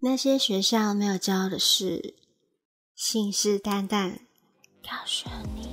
那些学校没有教的事，信誓旦旦告诉你。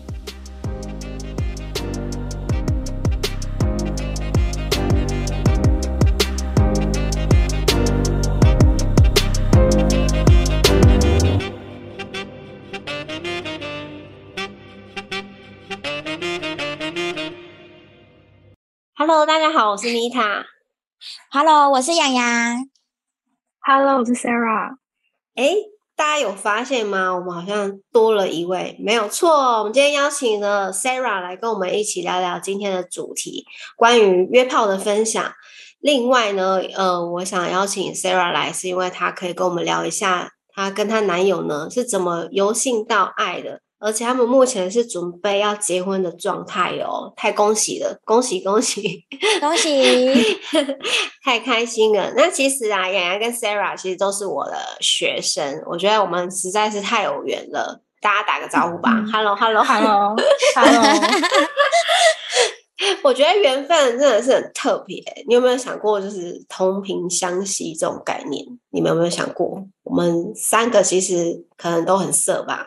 Hello， 大家好，我是妮塔。 Hello， 我是洋洋。 Hello， 我是 Sarah。 大家有发现吗？我们好像多了一位，没有错。我们今天邀请了 Sarah 来跟我们一起聊聊今天的主题，关于约炮的分享。另外呢，我想邀请 Sarah 来，是因为她可以跟我们聊一下，她跟她男友呢是怎么由性到爱的。而且他们目前是准备要结婚的状态哦，太恭喜了，恭喜恭喜恭喜太开心了。那其实啊，洋洋跟 Sarah 其实都是我的学生，我觉得我们实在是太有缘了。大家打个招呼吧。Hello。我觉得缘分真的是很特别。你有没有想过就是同频相吸这种概念？你们有没有想过我们三个其实可能都很色吧？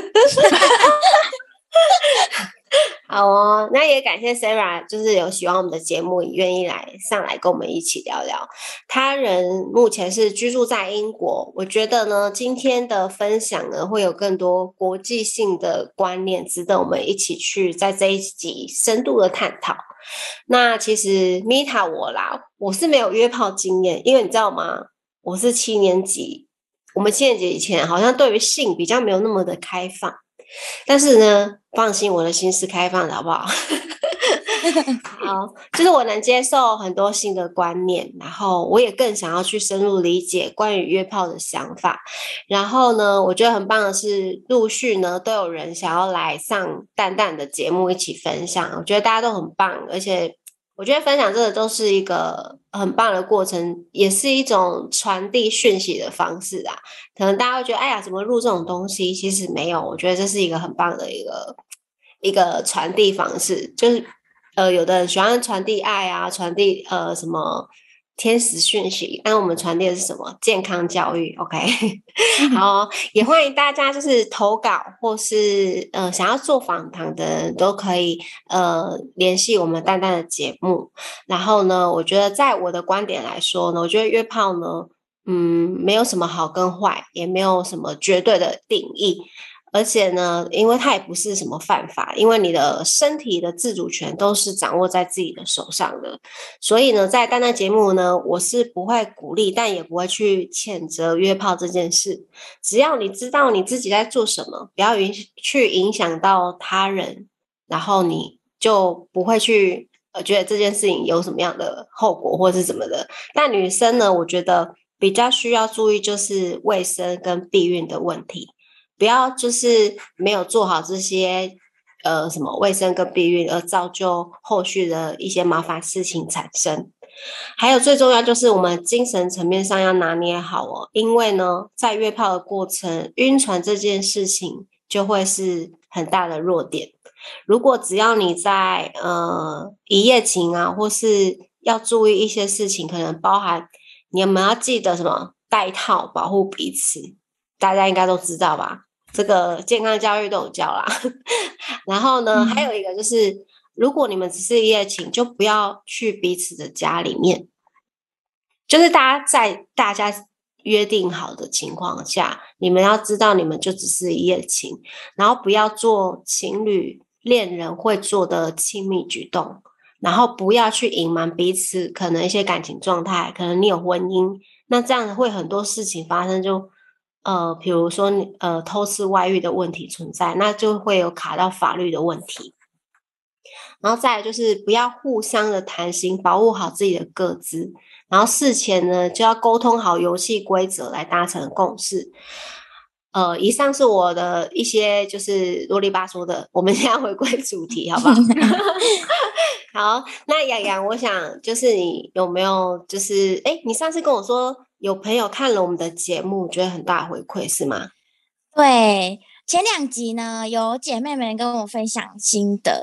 好哦，那也感谢 Sarah 就是有喜欢我们的节目，也愿意上来跟我们一起聊聊。他人目前是居住在英国，我觉得呢今天的分享呢会有更多国际性的观念，值得我们一起去在这一集深度的探讨。那其实 Mita 我是没有约炮经验，因为你知道吗？我是7年级，我们7年级以前好像对于性比较没有那么的开放。但是呢，放心，我的心是开放的，好不好？好，就是我能接受很多新的观念，然后我也更想要去深入理解关于约炮的想法。然后呢，我觉得很棒的是，陆续呢都有人想要来上蛋蛋的节目一起分享，我觉得大家都很棒，而且我觉得分享这个都是一个很棒的过程，也是一种传递讯息的方式啊。可能大家会觉得，哎呀，怎么录这种东西？其实没有，我觉得这是一个很棒的一个传递方式，就是有的人喜欢传递爱啊，传递什么天使讯息，但我们传递的是什么？健康教育 ，OK？ 好，也欢迎大家就是投稿或是想要做访谈的人都可以联系我们蛋蛋的节目。然后呢，我觉得在我的观点来说呢，我觉得约炮呢，没有什么好跟坏，也没有什么绝对的定义。而且呢，因为它也不是什么犯法，因为你的身体的自主权都是掌握在自己的手上的，所以呢，在蛋蛋节目呢，我是不会鼓励，但也不会去谴责约炮这件事。只要你知道你自己在做什么，不要去影响到他人，然后你就不会去觉得这件事情有什么样的后果或是什么的。但女生呢，我觉得比较需要注意就是卫生跟避孕的问题。不要就是没有做好这些什么卫生跟避孕，而造就后续的一些麻烦事情产生。还有最重要就是我们精神层面上要拿捏好哦，因为呢，在约炮的过程，晕船这件事情就会是很大的弱点。如果只要你在一夜情啊，或是要注意一些事情，可能包含你们要记得什么带套保护彼此，大家应该都知道吧？这个健康教育都有教啦。然后呢，还有一个就是，如果你们只是一夜情，就不要去彼此的家里面。就是大家约定好的情况下，你们要知道你们就只是一夜情，然后不要做情侣恋人会做的亲密举动，然后不要去隐瞒彼此可能一些感情状态，可能你有婚姻，那这样会很多事情发生就。比如说偷吃外遇的问题存在，那就会有卡到法律的问题。然后再来就是不要互相的谈心，保护好自己的个资。然后事前呢就要沟通好游戏规则来达成共识。以上是我的一些就是啰里吧嗦的，我们现在回归主题，好不好？好，那洋洋，我想就是你有没有就是你上次跟我说有朋友看了我们的节目，觉得很大回馈是吗？ 对，前2集呢有姐妹们跟我分享心得，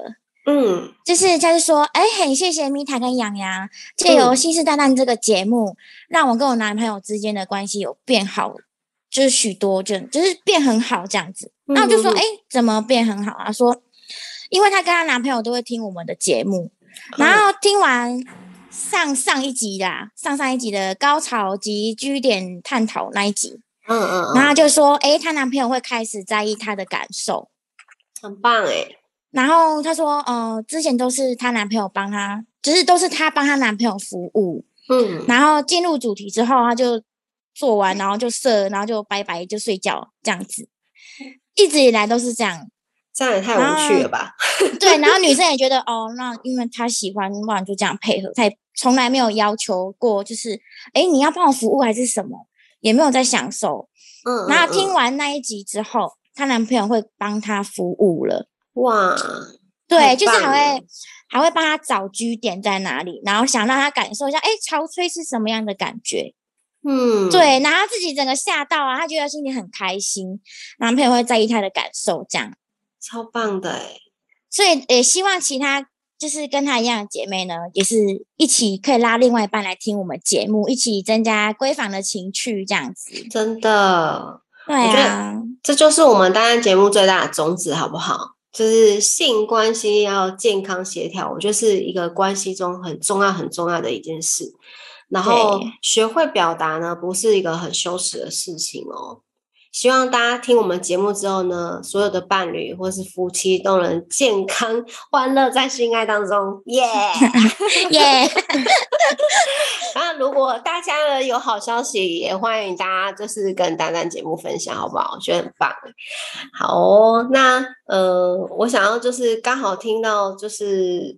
就是他就说，很谢谢米塔跟洋洋借由信誓旦旦这个节目，让我跟我男朋友之间的关系有变好，就是许多就是变很好这样子。那我就说，怎么变很好？他说，因为他跟他男朋友都会听我们的节目，然后听完上一集的高潮及据点探讨那一集，然后就说，她男朋友会开始在意她的感受， 很棒然后她说，之前都是她男朋友帮她，就是都是她帮她男朋友服务，然后进入主题之后，她就做完，然后就射，然后就拜拜就睡觉这样子，一直以来都是这样。 这样也太无趣了吧？ 对，然后女生也觉得那因为她喜欢，不然就这样配合，她也从来没有要求过，就是你要帮我服务还是什么，也没有在享受。然后听完那一集之后，她男朋友会帮她服务了。 哇， 对，就是还会帮她找据点在哪里，然后想让她感受一下，潮吹是什么样的感觉。对，然后自己整个吓到啊，她觉得心里很开心，男朋友会在意她的感受，这样。 超棒的所以也希望其他就是跟她一样的姐妹呢，也是一起可以拉另外一半来听我们节目，一起增加闺房的情趣，这样子。 真的， 对啊， 我觉得这就是我们单单节目最大的宗旨，好不好？就是性关系要健康协调，我觉得是一个关系中很重要的一件事。然后学会表达呢，不是一个很羞耻的事情哦。希望大家听我们节目之后呢，所有的伴侣或是夫妻都能健康欢乐在性爱当中，耶耶！ 那如果大家呢有好消息，也欢迎大家就是跟丹丹节目分享，好不好？我觉得很棒。好哦，那我想要就是刚好听到就是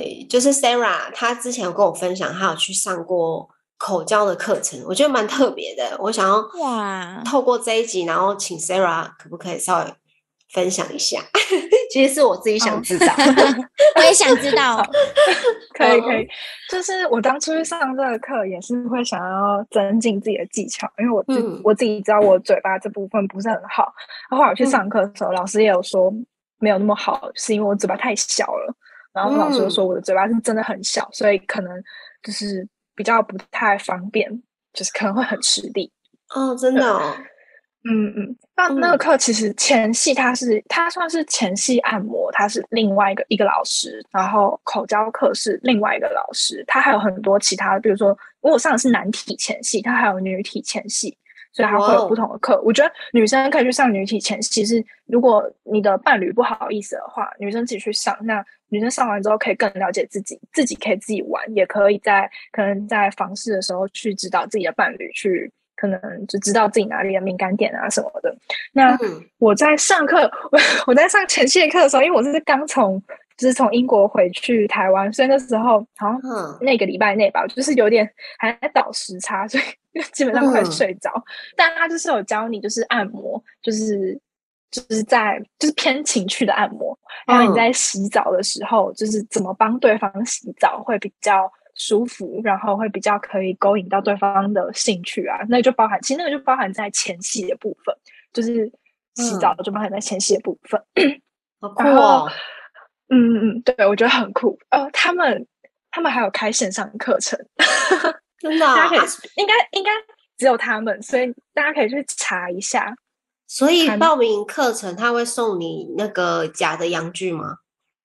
Sarah 她之前有跟我分享，她有去上过口交的课程，我觉得蛮特别的。我想要透过这一集，然后请 Sarah 可不可以稍微分享一下？其实是我自己想知道， 我也想知道。 可以，就是我当初去上这个课，也是会想要增进自己的技巧，因为我自己知道我嘴巴这部分不是很好。后来我去上课的时候，老师也有说没有那么好，是因为我嘴巴太小了。然后老师就说我的嘴巴是真的很小，所以可能就是比较不太方便，就是可能会很吃力。 真的哦。 那个课其实前戏它算是前戏按摩，它是另外一个老师，然后口交课是另外一个老师，它还有很多其他的，比如说我上的是男体前戏，它还有女体前戏，所以它会有不同的课。我觉得女生可以去上女体前戏，是如果你的伴侣不好意思的话，女生自己去上，那女生上完之后可以更了解自己可以自己玩，也可以可能在房事的时候去指导自己的伴侣去。可能就知道自己哪里的敏感点啊什么的。那我在上课，我在上前戏的课的时候，因为我是刚从英国回去台湾，所以那时候好像那个礼拜内吧，就是有点还在倒时差，所以基本上快睡着。但他就是有教你，就是按摩，就是偏情趣的按摩，还有你在洗澡的时候，就是怎么帮对方洗澡会比较舒服，然后会比较可以勾引到对方的兴趣啊，其实那个就包含在前戏的部分，就是洗澡就包含在前戏的部分。 好酷哦！ 对，我觉得很酷。他们还有开线上课程， 真的大家可以应该只有他们，所以大家可以去查一下。 所以报名课程他会送你那个假的阳具吗？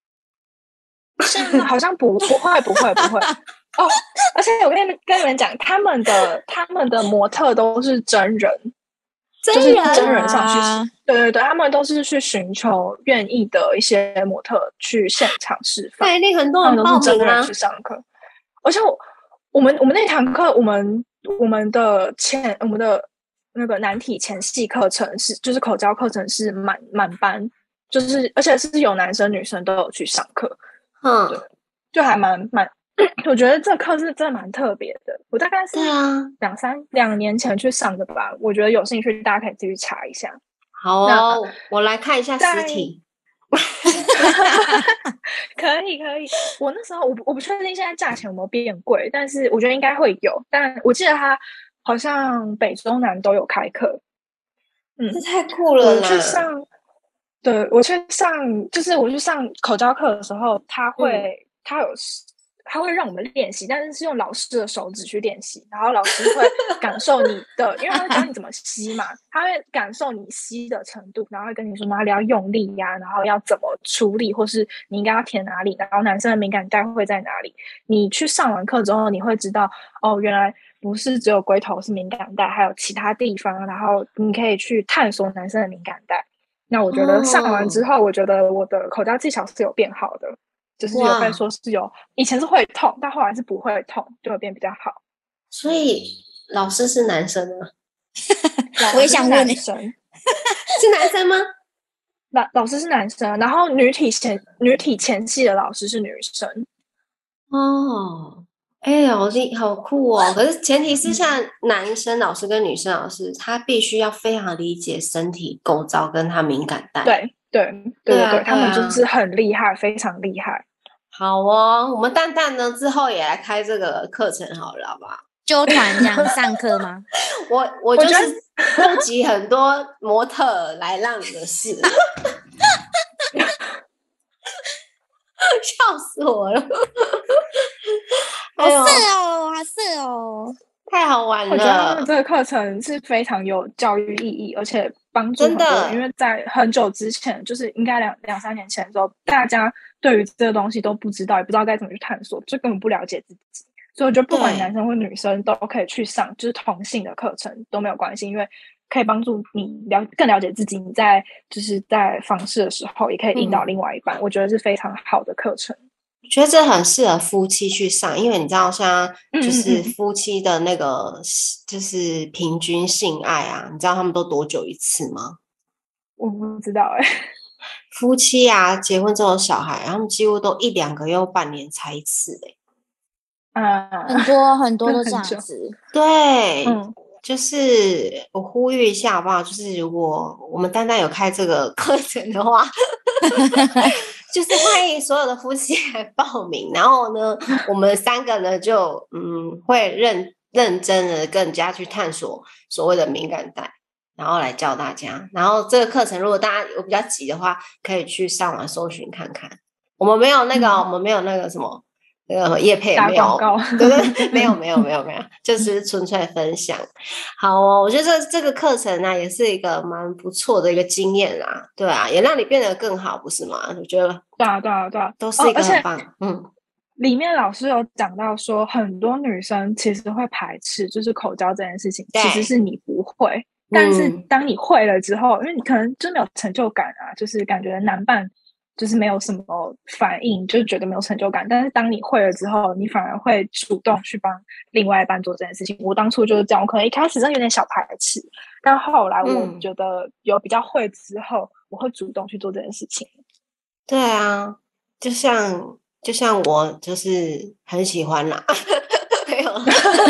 好像不会哦，而且我跟你们讲，他们的模特都是真人，就是真人上去，对，他们都是去寻求愿意的一些模特去现场示范， 那一定很多人报名啊， 去上课。而且我们那堂课，我们的那个男体前戏课程就是口交课程是满班，就是而且是有男生女生都有去上课。对，就还蛮，我觉得这课是真的蛮特别的。我大概是2年前去上的吧。我觉得有兴趣大家可以继续查一下。 好哦，我来看一下实体。 可以。我那时候我不确定现在价钱有没有变贵，但是我觉得应该会有。但我记得它好像北中南都有开课。 这太酷了啦！ 我去上。 对，我去上，就是我去上口交课的时候，他会让我们练习，但是是用老师的手指去练习，然后老师会感受你的，因为他会教你怎么吸嘛，他会感受你吸的程度，然后会跟你说哪里要用力呀，然后要怎么处理，或是你应该要填哪里，然后男生的敏感带会在哪里。你去上完课之后，你会知道哦，原来不是只有龟头是敏感带，还有其他地方，然后你可以去探索男生的敏感带。那我觉得上完之后，我觉得我的口交技巧是有变好的，就是有被说是有，以前是会痛，但后来是不会痛，就会变比较好。 所以老师是男生吗？ 我也想问男生是男生吗？ 老师是男生，然后女体前戏的老师是女生。 哦，哎，好酷哦！可是前提是像男生老师跟女生老师，他必须要非常理解身体构造跟他敏感带。 对，他们就是很厉害，非常厉害。 好哦，我们蛋蛋呢之后也来开这个课程好了，好不好？ 纠团这样上课吗？ 我就是募集很多模特来让你的事，笑死我了！ 好色哦，好色哦， 太好玩了！ 我觉得他们这个课程是非常有教育意义，而且帮助很多人。因为在很久之前，就是应该两三年前的时候，大家对于这个东西都不知道，也不知道该怎么去探索，就根本不了解自己。所以我觉得不管男生或女生都可以去上，就是同性的课程都没有关系，因为可以帮助你更了解自己。你就是在房事的时候，也可以引导另外一半，我觉得是非常好的课程。 我觉得这很适合夫妻去上，因为你知道，像就是夫妻的那个就是平均性爱啊，你知道他们都多久一次吗？ 我不知道夫妻啊，结婚之后小孩，他们几乎都1-2个月、半年才一次很多都这样子。 对，就是我呼吁一下好不好？就是如果我们单单有开这个课程的话，就是欢迎所有的夫妻来报名。然后呢，我们3个呢就会认真的更加去探索所谓的敏感带，然后来教大家。然后这个课程如果大家有比较急的话，可以去上网搜寻看看。我们没有那个什么。业配也没有，对，没有，就是纯粹分享。好哦，我觉得这个课程呢，也是一个蛮不错的一个经验啦，对啊，也让你变得更好，不是吗？我觉得对啊， 都是一个很棒。 里面老师有讲到说，很多女生其实会排斥，就是口交这件事情，其实是你不会，但是当你会了之后，因为你可能就没有成就感啊，就是感觉男伴就是没有什么反应，就是觉得没有成就感。但是当你会了之后，你反而会主动去帮另外一半做这件事情。我当初就是这样，我可能一开始真的有点小排斥，但后来我觉得有比较会之后，我会主动去做这件事情。 对啊，就像我就是很喜欢啦，没有。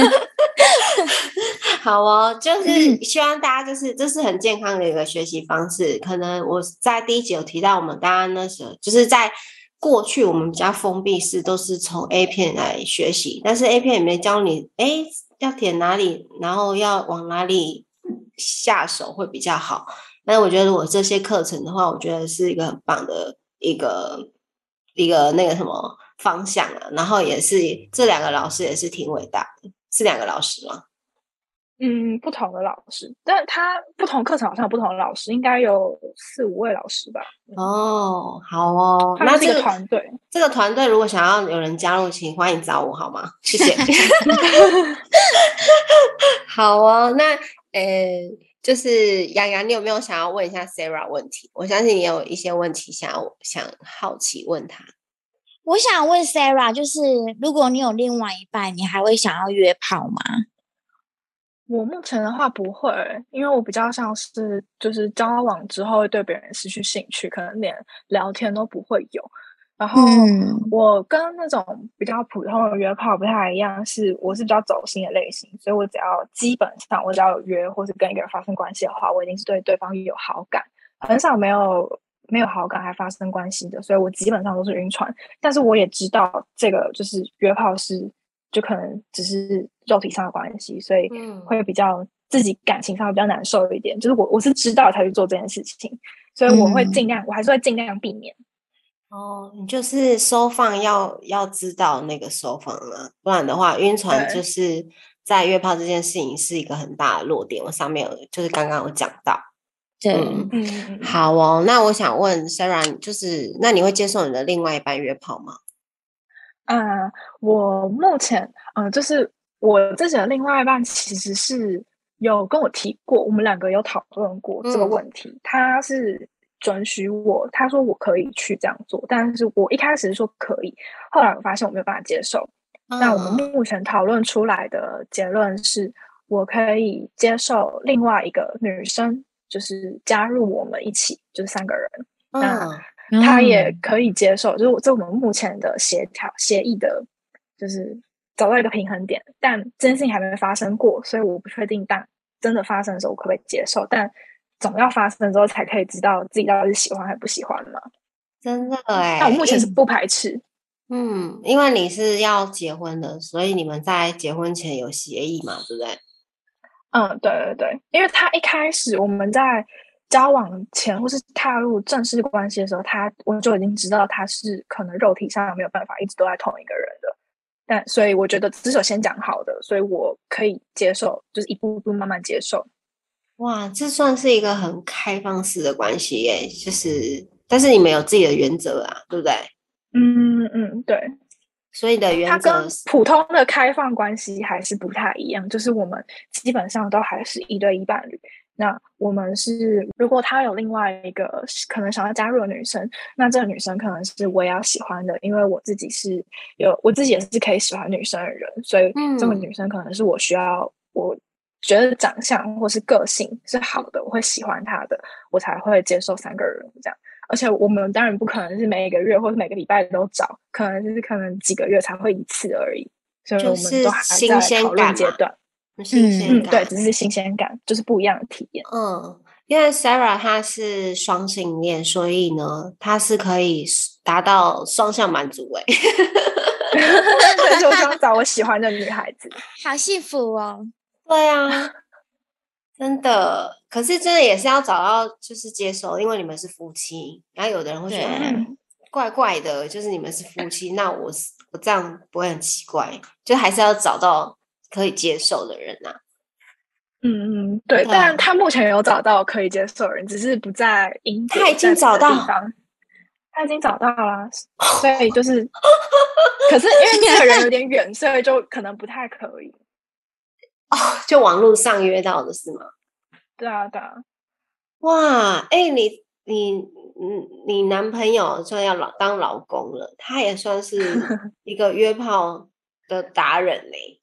好哦，就是希望大家这是很健康的一个学习方式。可能我在第1集有提到，我们刚刚那时候就是在过去我们比较封闭式，都是从 A 片来学习，但是 A 片也没教你要舔哪里，然后要往哪里下手会比较好。但我觉得如果这些课程的话，我觉得是一个很棒的一个那个什么方向啊。然后也是这2个老师也是挺伟大的，是2个老师吗？ 不同的老师，但他不同课程好像有不同的老师，应该有4-5位老师吧。 哦，好哦， 那这个团队， 如果想要有人加入，请欢迎找我好吗？谢谢。好哦，那就是洋洋，你有没有想要问一下 Sarah 问题？我相信你有一些问题想好奇问他。 我想问 Sarah， 就是如果你有另外一半，你还会想要约炮吗？ 我目前的话不会，因为我比较像是就是交往之后会对别人失去兴趣，可能连聊天都不会有。然后我跟那种比较普通的约炮不太一样，我是比较走心的类型，所以我基本上我只要有约或是跟一个人发生关系的话，我一定是对对方有好感，很少没有好感还发生关系的，所以我基本上都是晕船。但是我也知道这个就是约炮就可能只是肉体上的关系，所以会比较自己感情上比较难受一点。就是我是知道才去做这件事情， 所以我还是会尽量避免。 哦，你就是收放要知道那个收放了，不然的话，晕船对就是在约炮这件事情是一个很大的弱点。我上面就是刚刚有讲到， 对， 好哦。那我想问 Sarah，就是那你会接受你的另外一半约炮吗？ 我目前就是我自己的另外一半其实是有跟我提过，我们两个有讨论过这个问题，他是准许我，他说我可以去这样做，但是我一开始是说可以，后来我发现我没有办法接受。那我们目前讨论出来的结论是，我可以接受另外一个女生，就是加入我们一起，就是3个人。那他也可以接受，就是我们目前的协议的，就是找到一个平衡点。但这件事情还没发生过，所以我不确定，但真的发生的时候，我可不可以接受？但总要发生之后，才可以知道自己到底是喜欢还是不喜欢嘛。 真的哎， 那我目前是不排斥。 因为你是要结婚的，所以你们在结婚前有协议嘛，对不对？ 对，因为他一开始我们在交往前或是踏入正式关系的时候，我就已经知道他是可能肉体上没有办法一直都在同一个人的，所以我觉得这是先讲好的，所以我可以接受，就是一步步慢慢接受。 哇，这算是一个很开放式的关系耶，就是但是你们有自己的原则啊，对不对？ 对。 所以的原则它跟普通的开放关系还是不太一样，就是我们基本上都还是1对1伴侣。那我们是，如果他有另外一个可能想要加入的女生，那这个女生可能是我也要喜欢的，因为我自己也是可以喜欢女生的人，所以这个女生可能是我觉得长相或是个性是好的，我会喜欢她的，我才会接受3个人这样。而且我们当然不可能是每个月或者每个礼拜都找，可能几个月才会一次而已，所以我们都还在讨论阶段。 新鲜感， 对，只是新鲜感，就是不一样的体验。 因为 Sarah 她是双性恋，所以呢，她是可以达到双向满足哎。 但是我想找我喜欢的女孩子， 好幸福哦。 对啊，真的。可是真的也是要找到就是接受，因为你们是夫妻，然后有的人会觉得怪怪的，就是你们是夫妻，那我这样不会很奇怪，就还是要找到可以接受的人啊。 对，但他目前有找到可以接受的人，只是不在英国， 他已经找到地方，他已经找到了，所以就是，可是因为那个人有点远，所以就可能不太可以。 就网络上约到的是吗？ 对啊。 哇，你男朋友算要当老公了，他也算是一个约炮的达人嘞。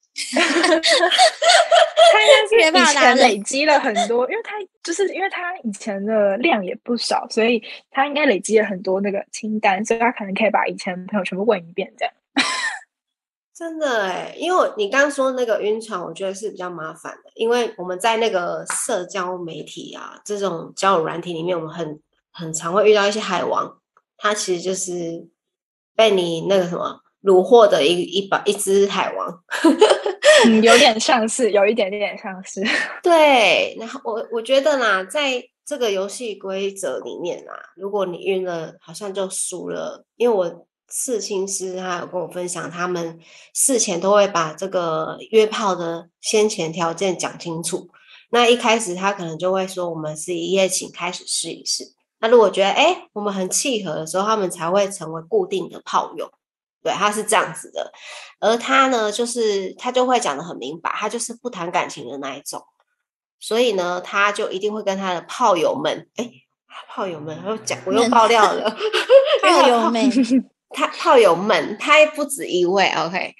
他应该是以前累积了很多，因为他以前的量也不少，所以他应该累积了很多那个清单，所以他可能可以把以前的朋友全部问一遍这样。 真的哎，因为你刚刚说那个晕船，我觉得是比较麻烦的，因为我们在那个社交媒体啊这种交友软体里面，我们很常会遇到一些海王，他其实就是被你那个什么虏获的一只海王。 有点像是，有一点点像是。 对，然后我觉得啦，在这个游戏规则里面啦，如果你晕了，好像就输了。因为我刺青师他有跟我分享，他们事前都会把这个约炮的先前条件讲清楚。那一开始他可能就会说，我们是一夜情开始试一试。那如果觉得我们很契合的时候，他们才会成为固定的炮友。对，他是这样子的。而他呢，就是他就会讲得很明白，他就是不谈感情的那一种。所以呢，他就一定会跟他的炮友们，炮友们，我又爆料了， 炮友们， 炮友们，他不止一位 ，OK，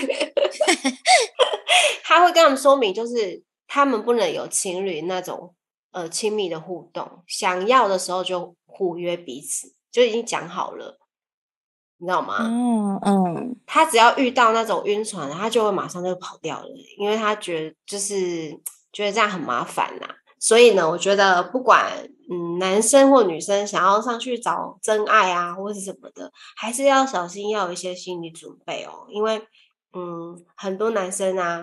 他会跟他们说明，就是他们不能有情侣那种亲密的互动，想要的时候就互约彼此，就已经讲好了。你知道吗？他只要遇到那种晕船，他就会马上就跑掉了，因为他觉得这样很麻烦啦。所以呢，我觉得不管男生或女生想要上去找真爱啊，或是什么的，还是要小心，要有一些心理准备哦。因为很多男生啊，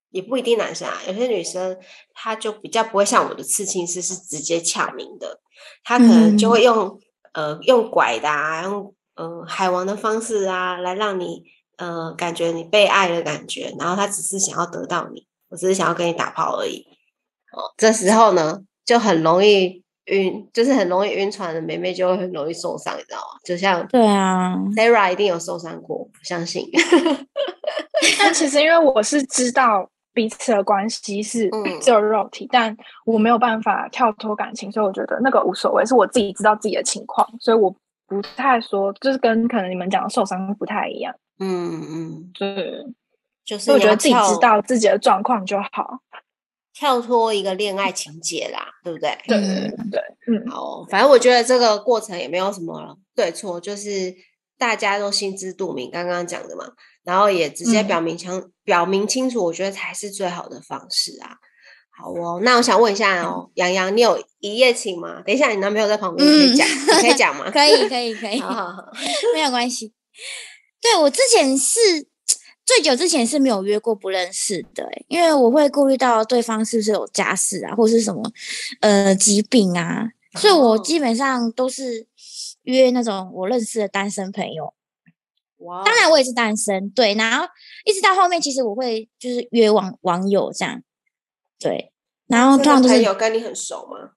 也不一定男生啊，有些女生她就比较不会像我的刺青师是直接呛明的，她可能就会用拐的啊，用海王的方式啊，来让你感觉你被爱的感觉，然后她只是想要得到你，我只是想要跟你打炮而已。这时候呢就很容易晕，就是很容易晕船的妹妹就会很容易受伤，你知道吗？就像对啊 Sarah 一定有受伤过，我相信。 但其实因为我是知道彼此的关系是只有肉体，但我没有办法跳脱感情，所以我觉得那个无所谓，是我自己知道自己的情况，所以我不太说，就是跟可能你们讲的受伤不太一样。对， 就是我觉得自己知道自己的状况就好， 跳脱一个恋爱情节啦，对不对？ 对对， 好，反正我觉得这个过程也没有什么对错，就是大家都心知肚明，刚刚讲的嘛，然后也直接表明清楚，我觉得才是最好的方式啊。好哦，那我想问一下哦，洋洋，你有一夜情吗？等一下，你男朋友在旁边，你可以讲吗？ 可以， 好， 没有关系。对，我之前是最久之前是没有约过不认识的，因为我会顾虑到对方是不是有家室啊，或是什么疾病啊，所以我基本上都是约那种我认识的单身朋友。 哇， 当然我也是单身，对，然后一直到后面，其实我会就是约网友这样，对，然后通常都是朋友跟你很熟吗？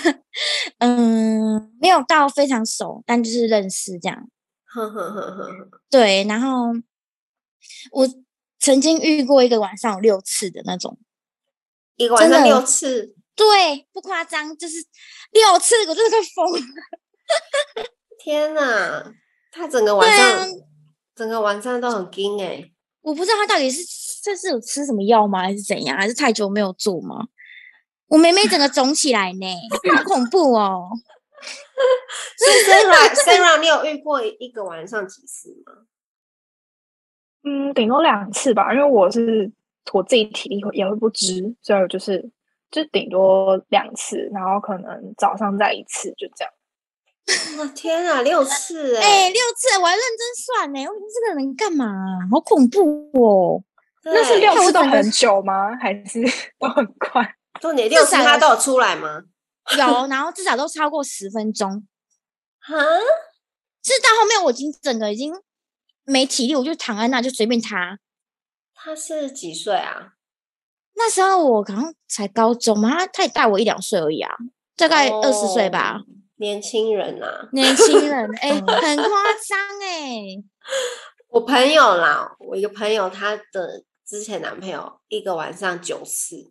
没有到非常熟，但就是认识这样。对，然后我曾经遇过一个晚上有6次的那种， 一个晚上6次， 对，不夸张，就是6次，我真的快疯了。 天哪，他整个晚上都很惊欸。 我不知道他到底这是有吃什么药吗，还是怎样，还是太久没有做吗？我妹妹整个肿起来呢，好恐怖哦。 所以 Sarah 你有遇过一个晚上几次吗？ 顶多2次吧，因为我自己体力也会不支，所以我就顶多2次，然后可能早上再1次，就这样。 哇天啊，6次 6次我还认真算呢，我这个人干嘛好恐怖哦。 那是6次都很久吗？还是都很快？ 重点6次他都有出来吗？ 有，然后至少都超过10分钟。 哈， 是到后面我整个已经没体力，我就躺在那就随便他。 他是几岁啊？ 那时候我好像才高中嘛，他也大我1-2岁而已啊，大概20岁吧。 年轻人啊， 年轻人很夸张我朋友啦，我一个朋友，他的之前男朋友一个晚上9次，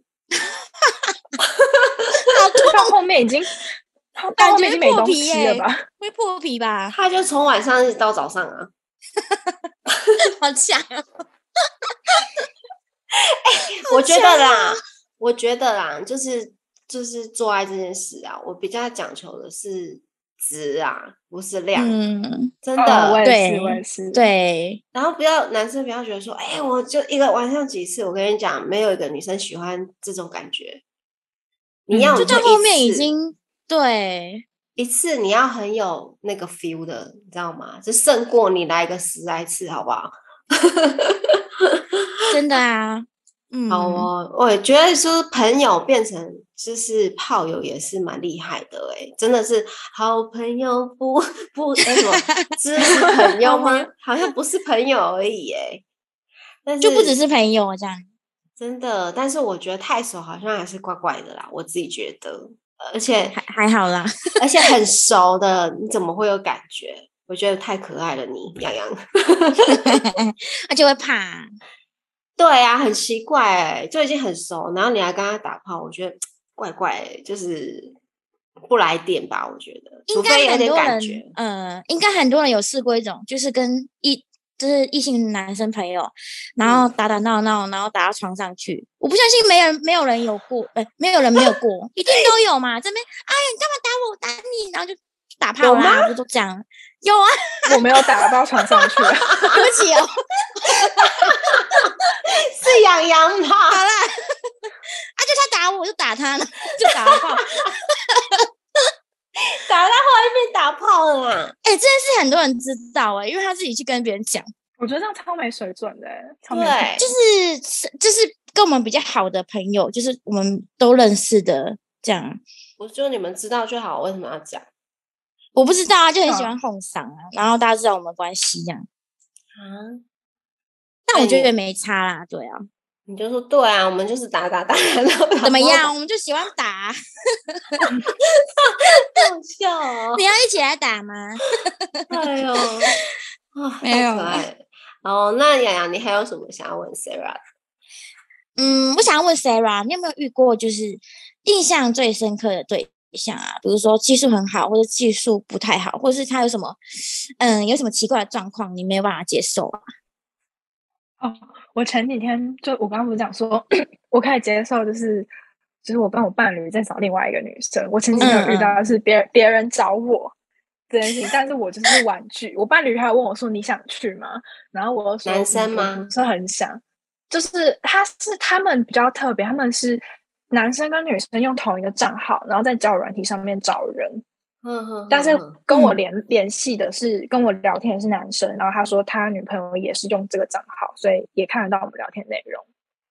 到后面已经感觉没东西了吧？ 会破皮吧？ 他就从晚上一直到早上啊， 好强哦！ 我觉得啦，就是做爱这件事啊，我比较讲求的是质啊，不是量，真的， 我也是， 对。 然后男生不要觉得说，我就一个晚上几次，我跟你讲，没有一个女生喜欢这种感觉，你要就到后面已经对一次你要很有那个 feel 的，你知道吗？就胜过你来个10来次，好不好？ 真的啊。 好哦，我也觉得说朋友变成就是炮友也是蛮厉害的真的是好朋友不什么只是朋友吗？好像不是朋友而已但是就不只是朋友这样， 真的。但是我觉得太熟好像还是怪怪的啦，我自己觉得，而且还好啦， 而且很熟的你怎么会有感觉？我觉得太可爱了，你洋洋， 他就会怕。 对啊，很奇怪就已经很熟，然后你还跟他打炮，我觉得怪怪就是不来电吧？我觉得，除非有点感觉。 应该很多人有试过一种，就是跟就是异性男生朋友，然后打闹，然后打到床上去。我不相信没有人有过，没有人没有过，一定都有嘛。这边哎呀，你干嘛打我？打你，然后就打炮啦，不都这样？有啊， 我没有打到床上去，对不起哦。 是洋洋吧？ 好啦，就他打我，我就打他呢，就打炮， 打到后面打炮了啦。 这件事很多人知道因为他自己去跟别人讲。 我觉得这样超没水准的， 对， 就是跟我们比较好的朋友，就是我们都认识的这样。 我就你们知道就好，为什么要讲我不知道啊，就很喜欢哄嗓啊，然后大家知道我们关系这样。 啊？ 但我觉得没差啦，对啊。 你就说对啊，我们就是打， 怎么样？我们就喜欢打，好笑哦！ 你要一起来打吗？ 哎呦，啊， 没有太可爱了。哦，那洋洋，你还有什么想要问 Sarah 的？ 我想要问 Sarah，你有没有遇过就是印象最深刻的对象啊？比如说技术很好，或者技术不太好，或者是他有什么有什么奇怪的状况，你没有办法接受啊？ 哦，我前几天就我刚刚不是讲说，我可以接受，就是我跟我伴侣在找另外一个女生。我前几天有遇到的是别人找我这件事情，但是我就是婉拒。我伴侣还有问我说：“你想去吗？”然后我就说：“ 男生吗？ 我不是很想。”就是他们比较特别，他们是男生跟女生用同一个账号，然后在交友软体上面找人。但是跟我联系的是跟我聊天的是男生，然后他说他女朋友也是用这个账号，所以也看得到我们聊天内容。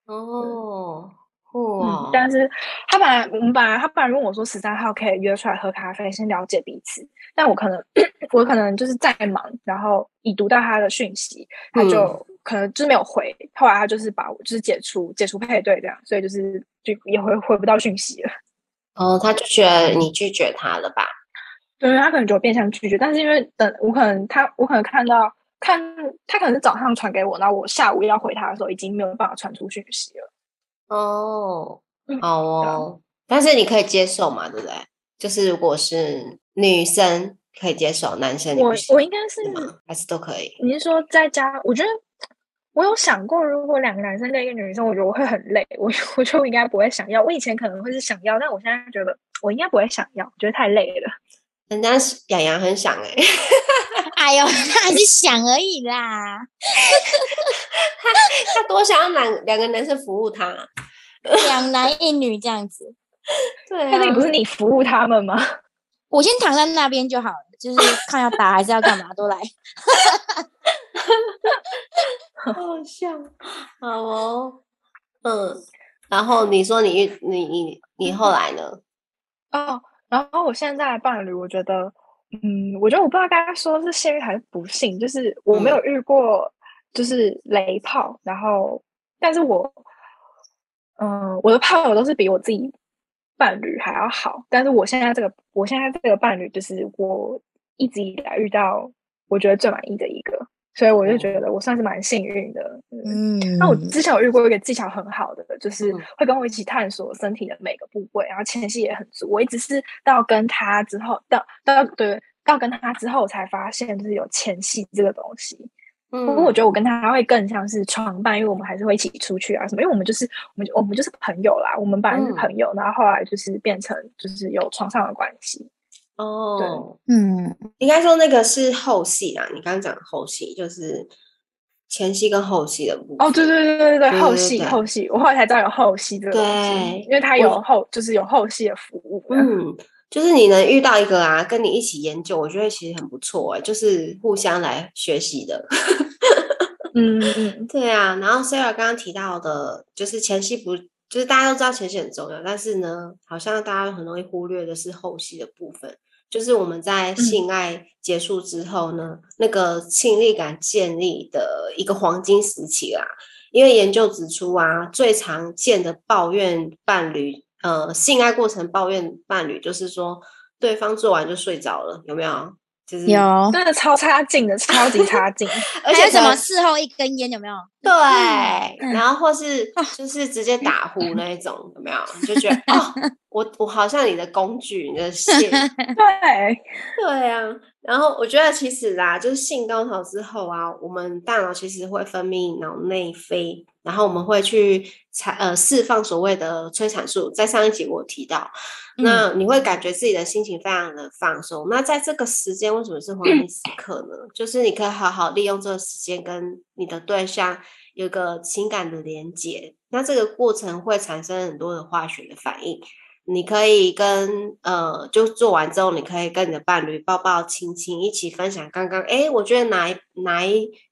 但是他本来问我说13号可以约出来喝咖啡，先了解彼此。但我可能就是在忙，然后已读到他的讯息，他就可能就是没有回。后来他就是把我就是解除配对这样，所以就也回不到讯息了。 哦，他就觉得你拒绝他了吧？ 对，他可能就变相拒绝，但是因为我可能看他可能是早上传给我，然后我下午要回他的时候，已经没有办法传出讯息了。 哦，好哦，但是你可以接受嘛，对不对？就是如果是女生可以接受，男生你不行， 我应该是吗？还是都可以？ 你是说在家？我觉得我有想过，如果2个男生跟1个女生，我觉得我会很累，我就应该不会想要。我以前可能会是想要，但我现在觉得我应该不会想要，觉得太累了。 人家洋洋很想哎呦，他还是想而已啦。 他多想要2个男生服务他 ，2男1女这样子。 对啊， 但那个不是你服务他们吗？ 我先躺在那边就好了，就是看要打还是要干嘛都来。 好笑，好哦，然后你说你后来呢？ 哦，然后我现在的伴侣，我觉得我不知道该说是幸运还是不幸，就是我没有遇过就是雷炮，然后但是我的炮友都是比我自己伴侣还要好，但是我现在这个伴侣就是我一直以来遇到我觉得最满意的一个，所以我就觉得我算是蛮幸运的。那我之前有遇过一个技巧很好的，就是会跟我一起探索身体的每个部位，然后前戏也很足。我一直是到跟他之后，到跟他之后才发现，就是有前戏这个东西。不过我觉得我跟他会更像是床伴，因为我们还是会一起出去啊什么，因为我们就是朋友啦，我们本来是朋友，然后后来就是变成就是有床上的关系。 哦，应该说那个是后戏啦。你刚刚讲后戏就是前戏跟后戏的部分。 哦，对，后戏，我后来才知道有后戏这个东西，因为它有就是有后戏的服务。 就是你能遇到一个啊，跟你一起研究，我觉得其实很不错就是互相来学习的。对啊。然后 Sarah 刚刚提到的，就是前戏就是大家都知道前戏很重要，但是呢，好像大家很容易忽略的是后戏的部分，就是我们在性爱结束之后呢，那个亲密感建立的一个黄金时期啦。因为研究指出啊，最常见的抱怨伴侣。性爱过程抱怨伴侣，就是说对方做完就睡着了，有没有？就是有， 真的超差劲的，超级差劲。 而且什么事后1根烟有没有？ 对，然后或是就是直接打呼那一种，有没有？你就觉得我好像你的工具，你的线。对啊。然后我觉得其实啦，就是性高潮之后啊，我们大脑其实会分泌脑内啡，然后我们会去释放所谓的催产素，在上一集我提到，那你会感觉自己的心情非常的放松。那在这个时间为什么是黄金时刻呢？就是你可以好好利用这个时间跟你的对象有个情感的连结，那这个过程会产生很多的化学的反应。你可以就做完之后，你可以跟你的伴侣抱抱亲亲，一起分享刚刚我觉得哪一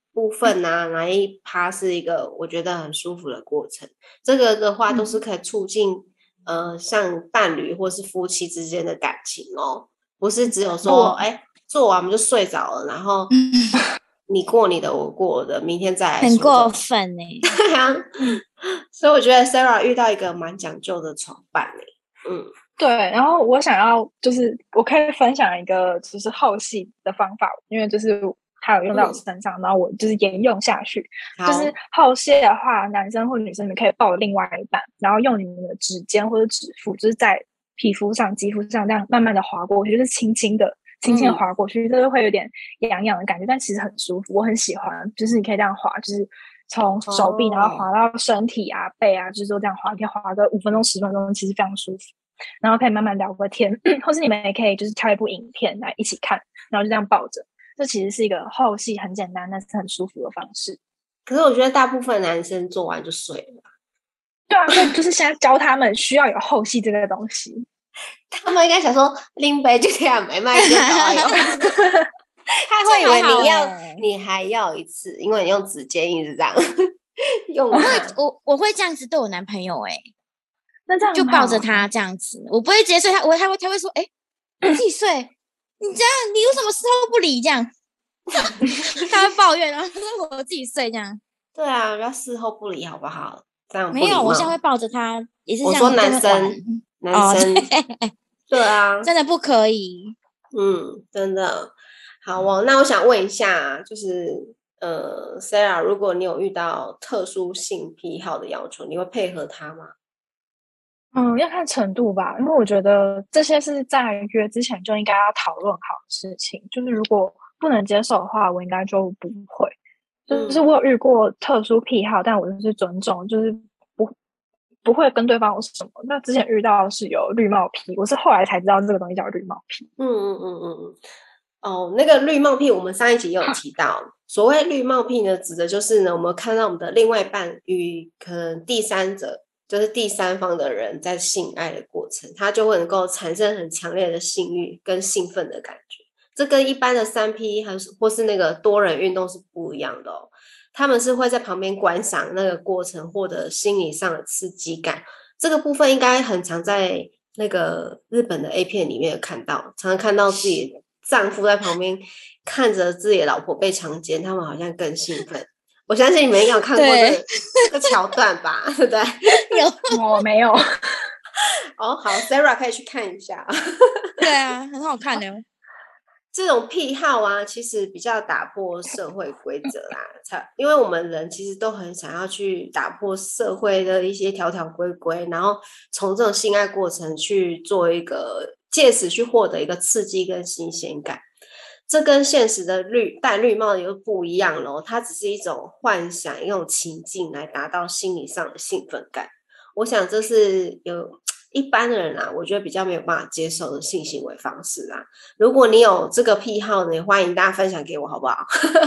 部分啊，哪一趴是一个我觉得很舒服的过程，这个的话都是可以促进像伴侣或是夫妻之间的感情哦，不是只有说做完我们就睡着了，然后你过你的，我过我的，明天再来说。 很过分欸。 对啊，所以我觉得 Sarah 遇到一个蛮讲究的床伴对，然后我想要就是我可以分享一个就是后戏的方法，因为就是他有用到我身上，然后我就是沿用下去。就是后戏的话，男生或女生你们可以抱另外一半，然后用你们的指尖或者指腹，就是在皮肤上、肌肤上这样慢慢的划过去，就是轻轻的划过去，就是会有点痒痒的感觉，但其实很舒服，我很喜欢。就是你可以这样划，就是从手臂然后滑到身体啊、背啊，就是说这样划，可以划个5分钟、10分钟，其实非常舒服。然后可以慢慢聊个天，或是你们也可以就是挑一部影片来一起看，然后就这样抱着。这其实是一个后戏很简单但是很舒服的方式。 可是我觉得大部分男生做完就睡了。 对啊，所以就是现在教他们需要有后戏这个东西。 他们应该想说拎杯就这样没卖就搞有。他会以为你还要一次，因为你用指尖一直这样用。 我会这样子对我男朋友那这样就抱着他这样子，我不会直接睡他，他会说你自己睡，你这样你为什么事后不理这样？他会抱怨，然后说我自己睡这样。 对啊，不要事后不理好不好？这样没有，我现在会抱着他，也是这样。 我说男生，对啊， 真的不可以。 真的好哦。那我想问一下，就是Sarah， 如果你有遇到特殊性癖好的要求，你会配合他吗？ 要看程度吧，因为我觉得这些是在约之前就应该要讨论好的事情。就是如果不能接受的话，我应该就不会。就是我有遇过特殊癖好，但我就是尊重，就是不会跟对方有什么。那之前遇到的是有绿帽癖，我是后来才知道这个东西叫绿帽癖。 那个绿帽癖，我们上一集也有提到。所谓绿帽癖呢，指的就是呢，我们看到我们的另外一半与可能第三者，就是第三方的人在性爱的过程，他就会能够产生很强烈的性欲跟兴奋的感觉。这跟一般的3P 或是那个多人运动是不一样的哦。他们是会在旁边观赏那个过程，获得心理上的刺激感。这个部分应该很常在那个日本的 A 片里面有看到，常常看到自己的丈夫在旁边看着自己的老婆被强奸，他们好像更兴奋。我相信你们应该有看过这个桥段吧，对不对？ 有， 我没有。 好 ，Sarah 可以去看一下。 对啊，很好看的。 这种癖好啊，其实比较打破社会规则啦，因为我们人其实都很想要去打破社会的一些条条规规，然后从这种性爱过程去做一个，借此去获得一个刺激跟新鲜感。这跟现实的戴绿帽又不一样咯，它只是一种幻想，一种情境来达到心理上的兴奋感。我想这是有一般的人啊，我觉得比较没有办法接受的性行为方式啦。如果你有这个癖好呢，欢迎大家分享给我好不好？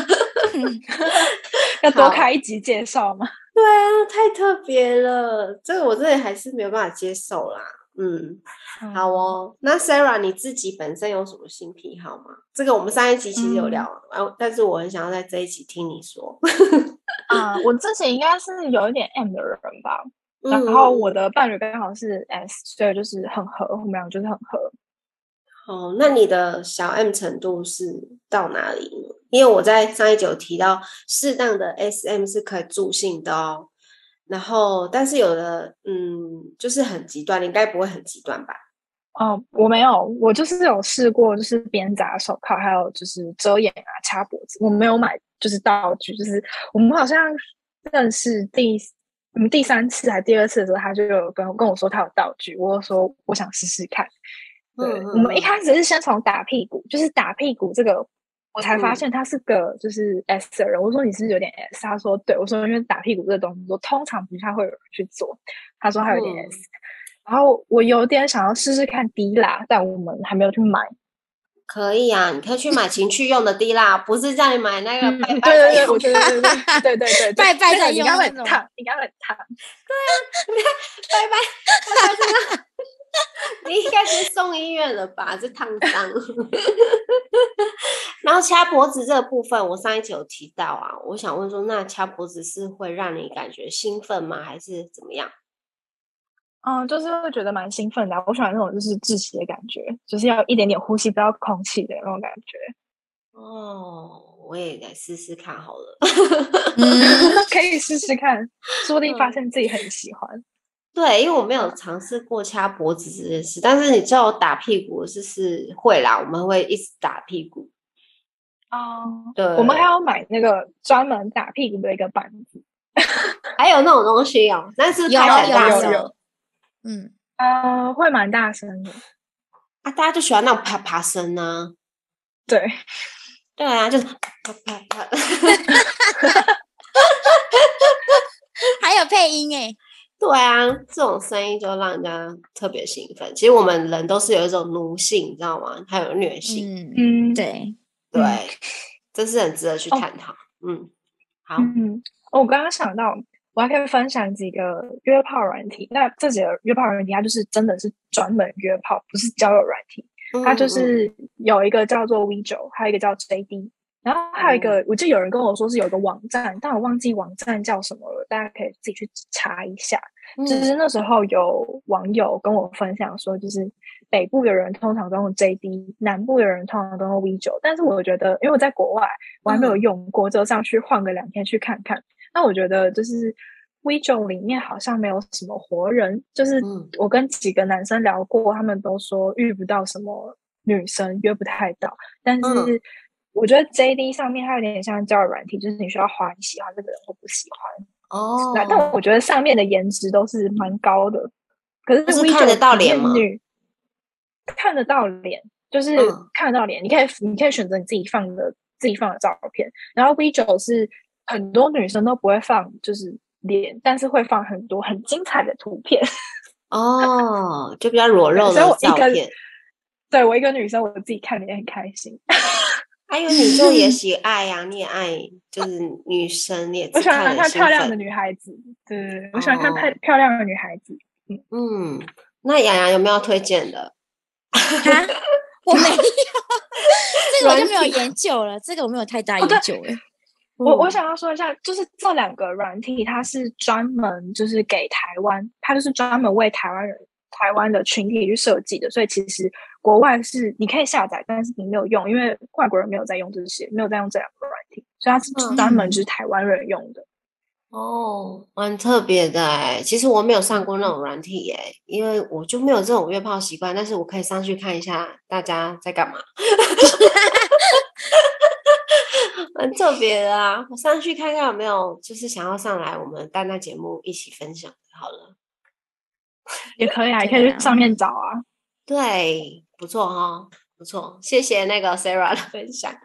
要多开一集介绍吗？ 对啊，太特别了，这个我真的还是没有办法接受啦。好哦。那 Sarah 你自己本身有什么性癖好吗？这个我们上一集其实有聊，但是我很想要在这一集听你说。 我之前应该是有一点 M 的人吧。然后我的伴侣刚好是 S， 所以就是很合，我们俩就是很合。 那你的小 M 程度是到哪里呢？因为我在上一集有提到，适当的 SM 是可以助兴的哦。然后，但是有的就是很极端，你应该不会很极端吧？ 我没有，我就是有试过，就是编杂手铐，还有就是遮眼啊、掐脖子。我没有买就是道具，就是我们好像认识第3次还第2次的时候，他就有跟我说他有道具，我说我想试试看。对，我们一开始是先从打屁股，就是打屁股这个，我才发现他是个就是 S 的人。我说你是不是有点 S？ 他说对。我说因为打屁股这个动作通常不太会有人去做，他说他有点 S。然后我有点想要试试看滴蜡，但我们还没有去买。 可以啊，你可以去买情趣用的滴蜡，不是叫你买那个拜拜的用。对， 拜拜在用那种，应该很烫。 对啊，拜拜真的，你应该是送医院了吧？这烫伤。 然后掐脖子这个部分，我上一集有提到啊，我想问说，那掐脖子是会让你感觉兴奋吗？还是怎么样？ 就是会觉得蛮兴奋的我喜欢那种就是窒息的感觉，就是要一点点呼吸不到空气的那种感觉。 我也来试试看好了。 可以试试看，说不定发现自己很喜欢。 对，因为我没有尝试过掐脖子这件事，但是你叫我打屁股，是会啦，我们会一直打屁股。对， 我们还要买那个专门打屁股的一个板子， 还有那种东西哦，但是拍起来大声， 会蛮大声的啊，大家就喜欢那种啪啪声呢。 对啊，就是啪啪啪。 还有配音对啊，这种声音就让人家特别兴奋。其实我们人都是有一种奴性，你知道吗？还有虐性。 对， 这是很值得去探讨。好。 我刚刚想到，我还可以分享几个约炮软体。那这几个约炮软体，它就是真的是专门约炮，不是交友软体。它就是有一个叫做 V9，还有一个叫 JD。然后还有一个，我记得有人跟我说是有一个网站，但我忘记网站叫什么了，大家可以自己去查一下。就是那时候有网友跟我分享说，就是北部的人通常都用 JD， 南部的人通常都用 V9。但是我觉得，因为我在国外，我还没有用过，就上去晃个2天去看看。那我觉得就是 V9 里面好像没有什么活人，就是我跟几个男生聊过，他们都说遇不到什么女生，约不太到。但是我觉得 JD 上面它有点像交友软体，就是你需要滑你喜欢这个人或不喜欢。但我觉得上面的颜值都是蛮高的，可是 V9 看得到脸吗？ 看得到脸，就是看得到脸，你可以选择你自己放的照片。然后 V9 是很多女生都不会放，就是脸，但是会放很多很精彩的图片。 就比较裸露的照片。 对，我一个女生，我自己看也很开心。 因为你就也喜爱呀，你也爱就是女生，你也我喜欢看漂亮的女孩子，对，我喜欢看漂亮的女孩子。 那洋洋有没有推荐的？ 我没有，这个我就没有研究了，这个我没有太大研究了。 我想要说一下，就是这2个软体，它是专门就是给台湾，它就是专门为台湾的群体去设计的，所以其实国外是你可以下载，但是你没有用，因为外国人没有在用这些，没有在用这2个软体，所以它是专门就是台湾人用的。 蛮特别的其实我没有上过那种软体因为我就没有这种约炮习惯，但是我可以上去看一下大家在干嘛。蛮特别的啊，我上去看看有没有就是想要上来我们蛋蛋节目一起分享好了。 也可以啊，也可以去上面找啊。 对，不错不错，谢谢那个 Sarah 的分享。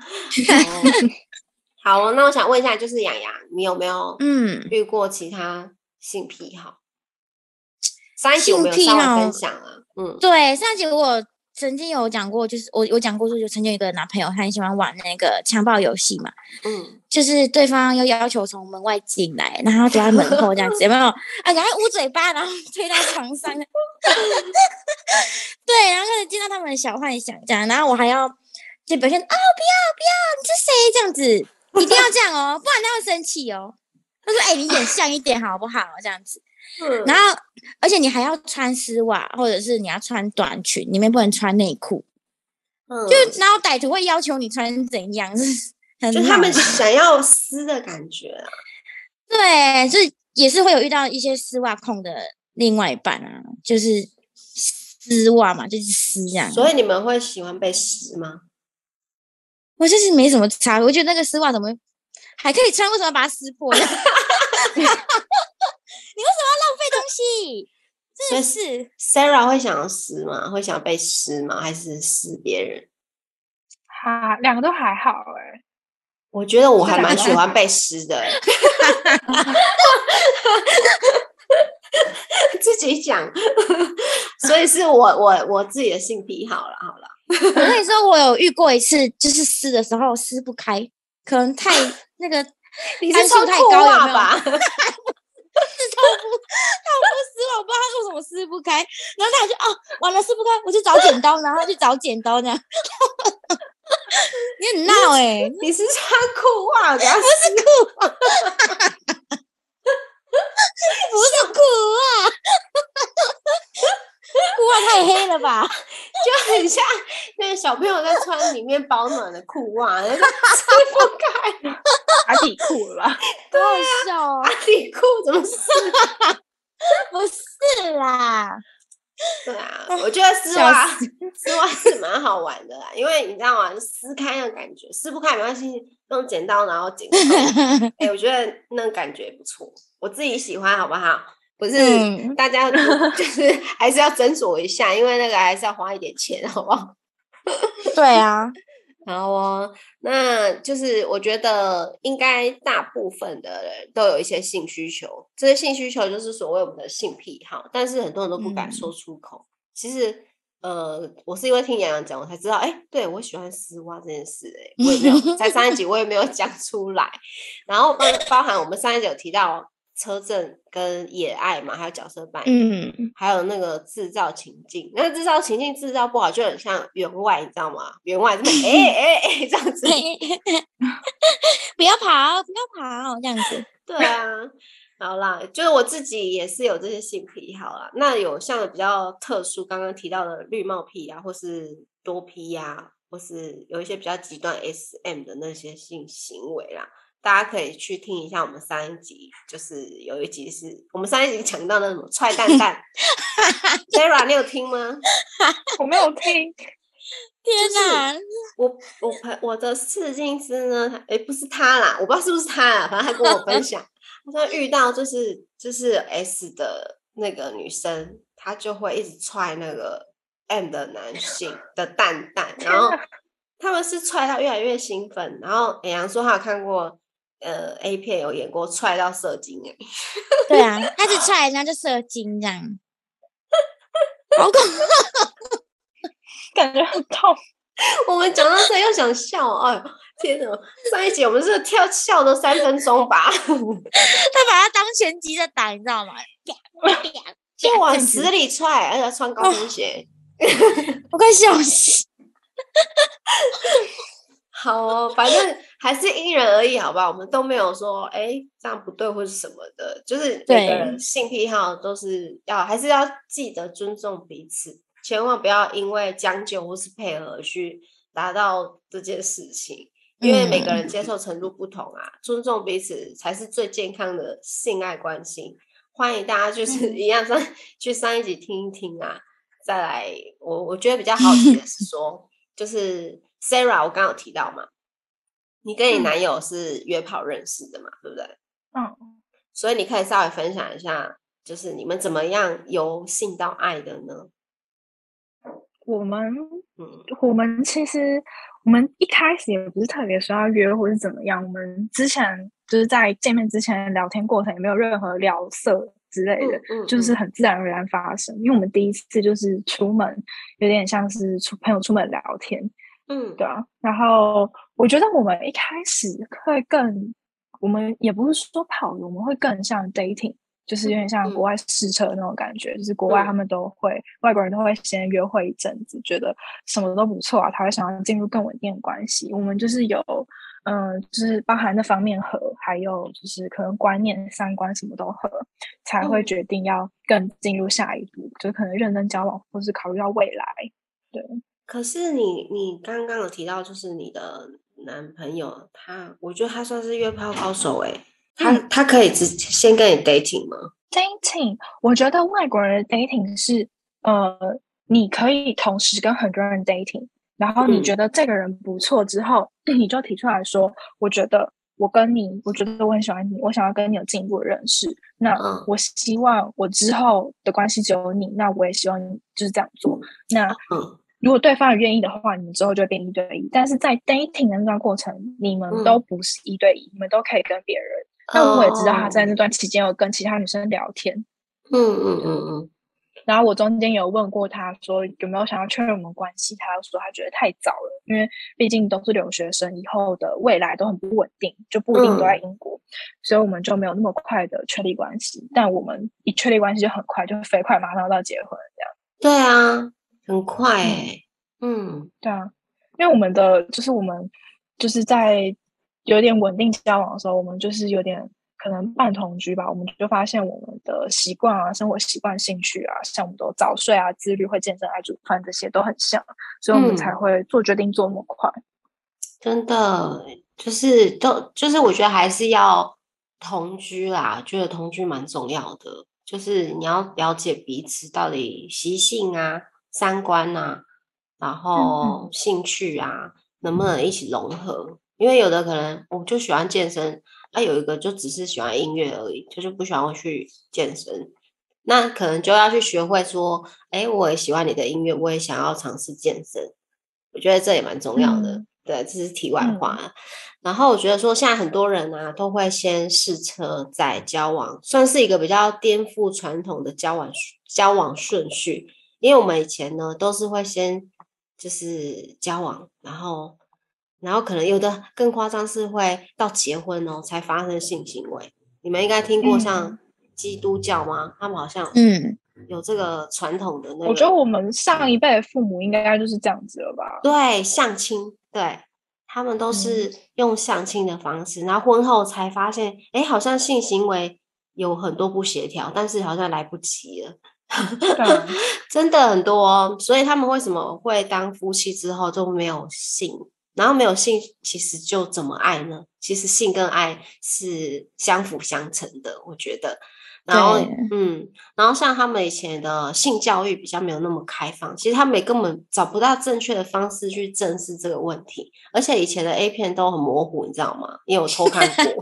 好，那我想问一下，就是洋洋，你有没有遇过其他性癖好？上一集我们有稍微分享啊。 对，上一集我曾经有讲过，就是我讲过说，就曾经有一个男朋友，他很喜欢玩那个强暴游戏嘛。就是对方要求从门外进来，然后躲在门后这样子，有没有？赶快捂嘴巴，然后推到床上。对，然后开始见到他们的小幻想这样，然后我还要就表现不要，你是谁这样子，一定要这样哦，不然他会生气哦。他说你演像一点好不好这样子。然后而且你还要穿丝袜，或者是你要穿短裙，里面不能穿内裤。就然后歹徒会要求你穿怎样， 就他们想要撕的感觉啊。 对，就也是会有遇到一些丝袜控的另外一半啊，就是丝袜嘛，就是撕这样。 所以你们会喜欢被撕吗？ 我就是没什么差，我觉得那个丝袜怎么还可以穿，为什么要把它撕破呢？你为什么要浪费东西？真的是 Sarah 会想要撕吗？会想要被撕吗？还是撕别人？ 两个都还好我觉得我还蛮喜欢被撕的自己讲，所以是我自己的性癖好了。 我跟你说，我有遇过一次，就是撕的时候撕不开，可能太那个你是穿裤袜吧？ 是套不撕了，我不知道他为什么撕不开，然后他就完了撕不开，我去找剪刀，然后去找剪刀这样。你很闹欸你是穿裤袜给他撕， 不是裤袜，裤袜太黑了吧？ 就很像那个小朋友在穿里面保暖的裤袜，那个撕不开。 打底裤了吧？ 好好笑哦！ 阿底裤怎么撕？ 不是啦， 对啊，我觉得丝袜是蛮好玩的啦，因为你知道吗？撕开那个感觉，撕不开没关系，用剪刀然后剪开。我觉得那个感觉不错，我自己喜欢，好不好？不是、大家就是还是要斟酌一下，因为那个还是要花一点钱，好不好？ 对啊， 好哦，那就是我觉得应该大部分的人都有一些性需求，这些性需求就是所谓我们的性癖好，但是很多人都不敢说出口。其实，我是因为听洋洋讲，我才知道，对我喜欢丝袜这件事，我也没有在上一集我也没有讲出来。然后包含我们上一集有提到车震跟野爱嘛，还有角色扮演，还有那个制造情境。那制造情境制造不好，就很像员外，你知道吗？员外这么这样子， 不要跑，不要跑，这样子。 对啊，好啦，就是我自己也是有这些性癖好啦。那有像比较特殊，刚刚提到的绿帽癖啊，或是多癖啊，或是有一些比较极端 SM 的那些性行为啦。大家可以去听一下我们上一集，就是有一集是我们上一集讲到那什么踹蛋蛋，Sarah 你有听吗？ 我没有听。 天哪！ 我的试镜师呢，不是他啦，我不知道是不是他啦，反正他跟我分享，他说遇到就是 S 的那个女生，她就会一直踹那个 M 的男性的蛋蛋，然后他们是踹到越来越兴奋，然后杨说他有看过A 片有演过踹到射精对啊，他是踹人家就射精这样，好恐怖， 感觉很痛。 我们讲到这又想笑，哎天哪！上一集我们是笑了3分钟吧， 他把他当拳击在打，你知道吗？ 就往死里踹，而且穿高跟鞋， 我快笑死。 好哦，反正还是因人而异，好不好？我们都没有说这样不对或是什么的，就是每个人性癖好都是还是要记得尊重彼此，千万不要因为将就或是配合去达到这件事情，因为每个人接受程度不同啊，尊重彼此才是最健康的性爱关系。欢迎大家就是一样去上一集听一听啊，再来我觉得比较好奇的是说，就是 Sarah 我刚刚有提到嘛，你跟你男友是约炮认识的嘛，对不对？所以你可以稍微分享一下，就是你们怎么样由性到爱的呢？ 我们其实我们一开始也不是特别说要约或是怎么样，我们之前就是在见面之前聊天过程也没有任何聊色之类的，就是很自然而然发生。因为我们第一次就是出门，有点像是朋友出门聊天，对啊。然后我觉得我们一开始会我们也不是说炮友，我们会更像 dating。就是有点像国外试车那种感觉，就是国外他们都会，外国人都会先约会一阵子，觉得什么都不错啊，他会想要进入更稳定的关系。我们就是有，就是包含那方面合，还有就是可能观念、三观什么都合，才会决定要更进入下一步，就可能认真交往，或是考虑到未来。对。 可是你刚刚有提到，就是你的男朋友我觉得他算是约炮高手他可以先跟你 dating 吗 ？dating， 我觉得外国人的 dating 是你可以同时跟很多人 dating， 然后你觉得这个人不错之后，你就提出来说，我觉得我觉得我很喜欢你，我想要跟你有进一步的认识。那我希望我之后的关系只有你，那我也希望你就是这样做。那如果对方愿意的话，你们之后就会变1对1。但是在 dating 的那段过程，你们都不是1对1，你们都可以跟别人。但我也知道他在那段期间有跟其他女生聊天，然后我中间有问过他说有没有想要确认我们关系，他说他觉得太早了，因为毕竟都是留学生，以后的未来都很不稳定，就不一定都在英国，所以我们就没有那么快的确立关系。但我们一确立关系就很快，就飞快，马上到结婚这样。 对啊，很快对啊，因为我们的就是我们就是在有点稳定交往的时候，我们就是有点可能半同居吧，我们就发现我们的习惯啊、生活习惯、兴趣啊，像我们都早睡啊、自律、会健身、爱煮饭这些都很像，所以我们才会做决定做那么快。 真的就是我觉得还是要同居啦，觉得同居蛮重要的，就是你要了解彼此到底习性啊、三观啊，然后兴趣啊，能不能一起融合？因为有的可能我就喜欢健身，有一个就只是喜欢音乐而已，就不喜欢去健身，那可能就要去学会说，我也喜欢你的音乐，我也想要尝试健身，我觉得这也蛮重要的。对，这是题外话。然后我觉得说，现在很多人啊都会先试车再交往，算是一个比较颠覆传统的交往顺序。因为我们以前呢都是会先就是交往，然后可能有的更夸张是会到结婚哦才发生性行为。你们应该听过像基督教吗？他们好像有这个传统的那个。 我觉得我们上一辈的父母应该就是这样子了吧？ 对，相亲，对，他们都是用相亲的方式，然后婚后才发现，好像性行为有很多不协调，但是好像来不及了。真的很多哦，所以他们为什么会当夫妻之后就没有性？然后没有性，其实就怎么爱呢？其实性跟爱是相辅相成的，我觉得。然后，然后像他们以前的性教育比较没有那么开放，其实他们也根本找不到正确的方式去正视这个问题。而且以前的 A 片都很模糊，你知道吗？因为我偷看过。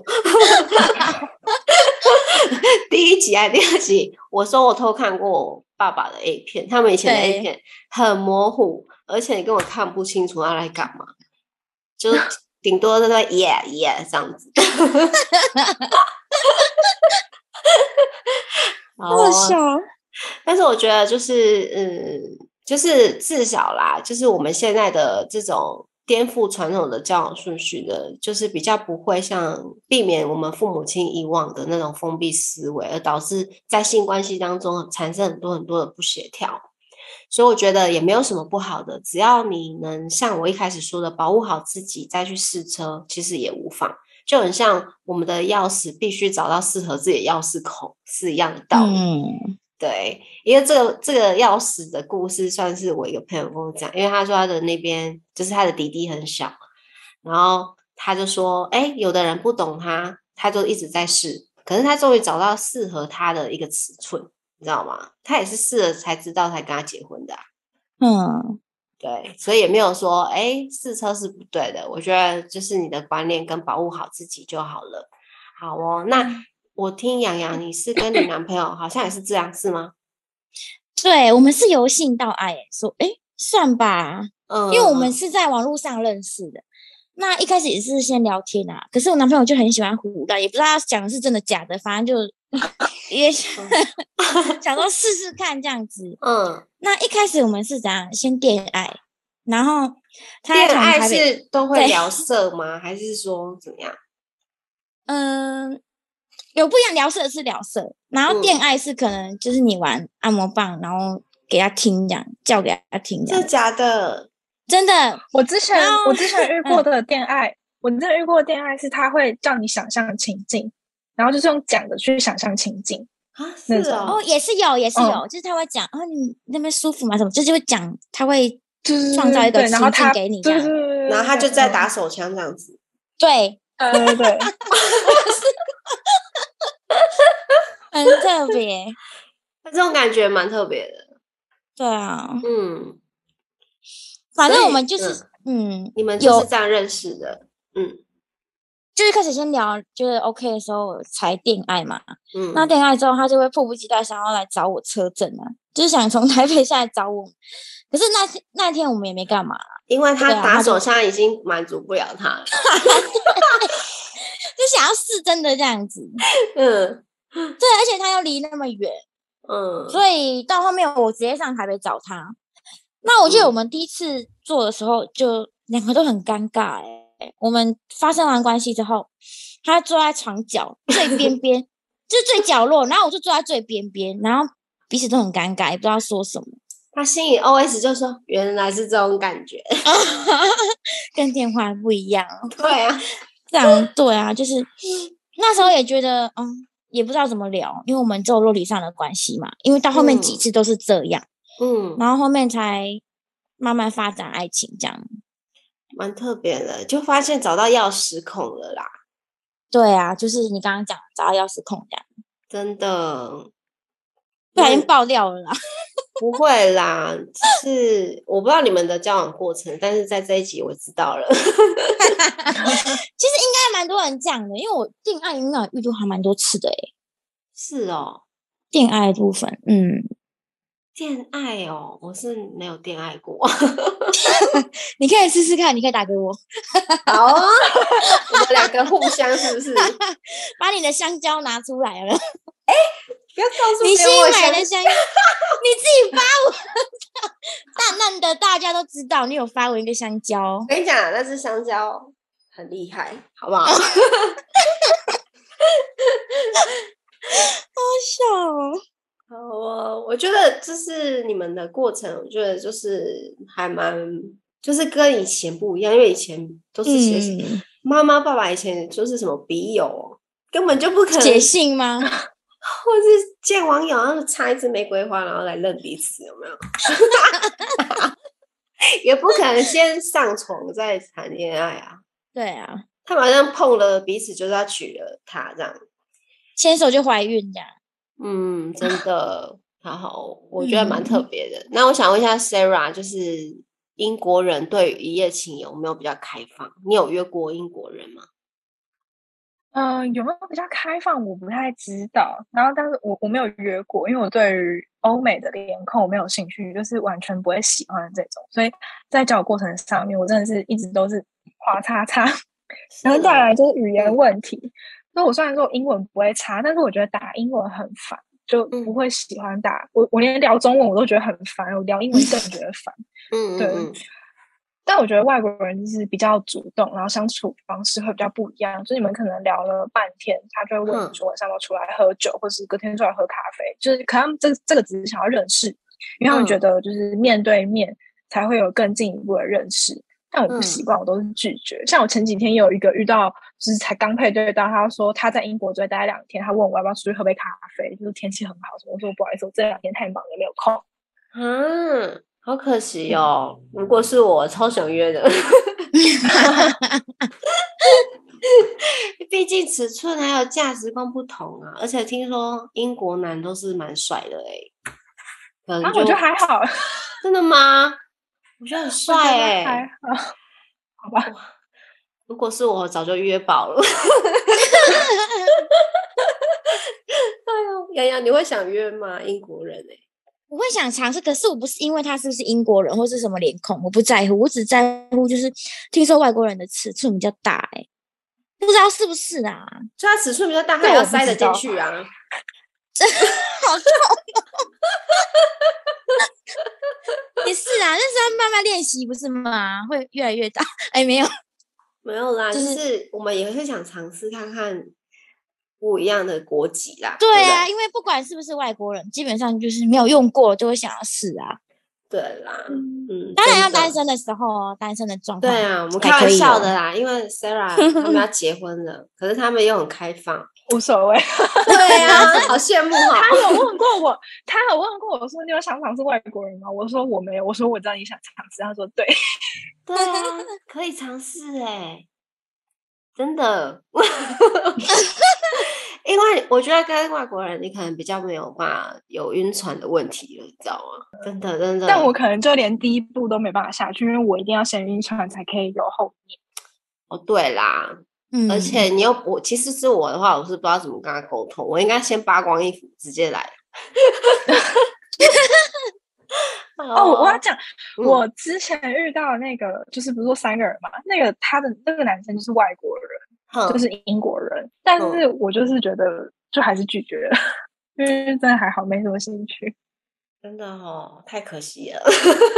第一集还第二集，我说我偷看过我爸爸的 A 片，他们以前的 A 片很模糊，而且你根本看不清楚他来干嘛，就顶多在那耶这样子。 好笑。 但是我觉得就是至少啦，就是我们现在的这种颠覆传统的交往顺序的，就是比较不会像避免我们父母亲以往的那种封闭思维，而导致在性关系当中产生很多很多的不协调。所以我觉得也没有什么不好的，只要你能像我一开始说的，保护好自己再去试车，其实也无妨。就很像我们的钥匙必须找到适合自己的钥匙孔是一样的道理。对，因为这个钥匙的故事算是我一个朋友跟我讲，因为他说他的那边就是他的弟弟很小，然后他就说，有的人不懂他就一直在试，可是他终于找到适合他的一个尺寸，你知道吗？他也是试了才知道才跟他结婚的。对，所以也没有说试车是不对的，我觉得就是你的观念跟保护好自己就好了。好哦，那我听洋洋你是跟你男朋友好像也是这样是吗？ 对，我们是由性到爱，说算吧，因为我们是在网络上认识的。那一开始也是先聊天啊，可是我男朋友就很喜欢胡乱，也不知道他讲的是真的假的，反正就也想说试试看这样子。那一开始我们是怎样？先恋爱，然后他恋爱是都会聊色吗？还是说怎么样？ 有不一样，聊色是聊色，然后恋爱是可能就是你玩按摩棒，然后给他听这样，叫给他听这样。 真的假的？ 真的， 我之前遇过的恋爱，我之前遇过的恋爱是他会叫你想象情境，然后就是用讲的去想象情境啊，是哦， 也是有，就是他会讲你那边舒服吗？什么，就是会讲，他会创造一个情境给你这样， 然后他就在打手枪这样子。 对， 对， 很特别， 这种感觉蛮特别的。 对啊， 反正我们就是你们就是这样认识的。 就是开始先聊，就是 OK 的时候才恋爱嘛。那恋爱之后，他就会迫不及待想要来找我车震啊，就是想从台北下来找我。可是那天我们也没干嘛， 因为他打手枪已经满足不了他了， 就想要试真的这样子。对，而且他又离那么远，所以到后面我直接上台北找他。那我记得我们第一次做的时候，就两个都很尴尬我们发生完关系之后，他坐在床角最边边，就是最角落，然后我就坐在最边边，然后彼此都很尴尬，也不知道说什么。 他心里 OS 就说原来是这种感觉。 跟电话不一样。 对啊， 这样对啊，就是那时候也觉得也不知道怎么聊，因为我们只有肉体上的关系嘛，因为到后面几次都是这样，然后后面才慢慢发展爱情这样。 蛮特别的，就发现找到钥匙孔了啦。 对啊，就是你刚刚讲找到钥匙孔这样。 真的不小心爆料了啦。 不会啦，是我不知道你们的交往过程，但是在这一集我知道了。 其实应该蛮多人这样的，因为我恋爱应该遇到还蛮多次的诶。 是哦， 恋爱的部分， 恋爱哦，我是没有恋爱过。 你可以试试看，你可以打给我。 好啊，我们两个互相是不是？ 把你的香蕉拿出来了。 不要告诉你新我买的香蕉，你自己发文，淡淡的大家都知道你有发文一个香蕉。 我跟你讲，那只香蕉很厉害，好不好？好笑哦。 好，我觉得就是你们的过程，我觉得就是还蛮，就是跟以前不一样，因为以前都是写妈妈爸爸以前就是什么笔友，根本就不可能写信吗？ 或者是见网友，然后插一支玫瑰花，然后来认彼此，有没有？也不可能先上床再谈恋爱啊。 对啊， 他们好像碰了彼此，就是要娶了他这样。 牵手就怀孕这样。 真的，好，我觉得蛮特别的。那我想问一下 Sarah， 就是英国人对于一夜情有没有比较开放？你有约过英国人吗？ 有没有比较开放，我不太知道。然后，但是我没有约过，因为我对于欧美的脸孔我没有兴趣，就是完全不会喜欢这种。所以在交友过程上面，我真的是一直都是滑叉叉。然后再来就是语言问题。那我虽然说英文不会差，但是我觉得打英文很烦，就不会喜欢打。我连聊中文我都觉得很烦，我聊英文更觉得烦。对。但我觉得外国人就是比较主动，然后相处方式会比较不一样。就你们可能聊了半天，他就会问你说晚上要出来喝酒，或是隔天出来喝咖啡。就是可能他们这个只是想要认识，因为他们觉得就是面对面才会有更进一步的认识。但我不习惯，我都是拒绝。像我前几天有一个遇到，就是才刚配对到，他说他在英国只会待2天，他问我要不要出去喝杯咖啡，就是天气很好什么。我说不好意思，我这2天太忙了，没有空。 好可惜哦！如果是我，超想约的。毕竟尺寸还有价值观不同啊，而且听说英国男都是蛮帅的我觉得还好。 真的吗？我觉得很帅还好，好吧。 如果是我，早就约爆了。哎呦，洋洋，你会想约吗？英国人我会想尝试，可是我不是因为他是不是英国人或是什么脸孔，我不在乎，我只在乎就是听说外国人的尺寸比较大，不知道是不是啊？ 就他尺寸比较大，他也要塞得进去啊。 好痛！也是啊，但是要慢慢练习，不是吗？会越来越大。没有啦，就是我们也是想尝试看看不一样的国籍啦。 对啊，因为不管是不是外国人，基本上就是没有用过就会想要试啊。 对啦， 当然要单身的时候哦，单身的状况。 对啊，我们开玩笑的啦，因为 Sarah 他们要结婚了，可是他们又很开放， 无所谓。 对啊，好羡慕哈。 他有问过我说你有想尝试外国人吗？我说我没有，我说我知道你想尝试。他说对， 对啊，可以尝试真的。因为我觉得跟外国人，你可能比较没有办法有晕船的问题了，你知道吗？真的。 但我可能就连第一步都没办法下去，因为我一定要先晕船才可以有后面。 对啦，而且其实是我的话，我是不知道怎么跟他沟通，我应该先扒光衣服直接来。 我要讲，我之前遇到的那个，就是不是说3个人嘛？那个他的那个男生就是外国人。就是英国人，但是我就是觉得就还是拒绝了，因为真的还好，没什么兴趣。 真的太可惜了。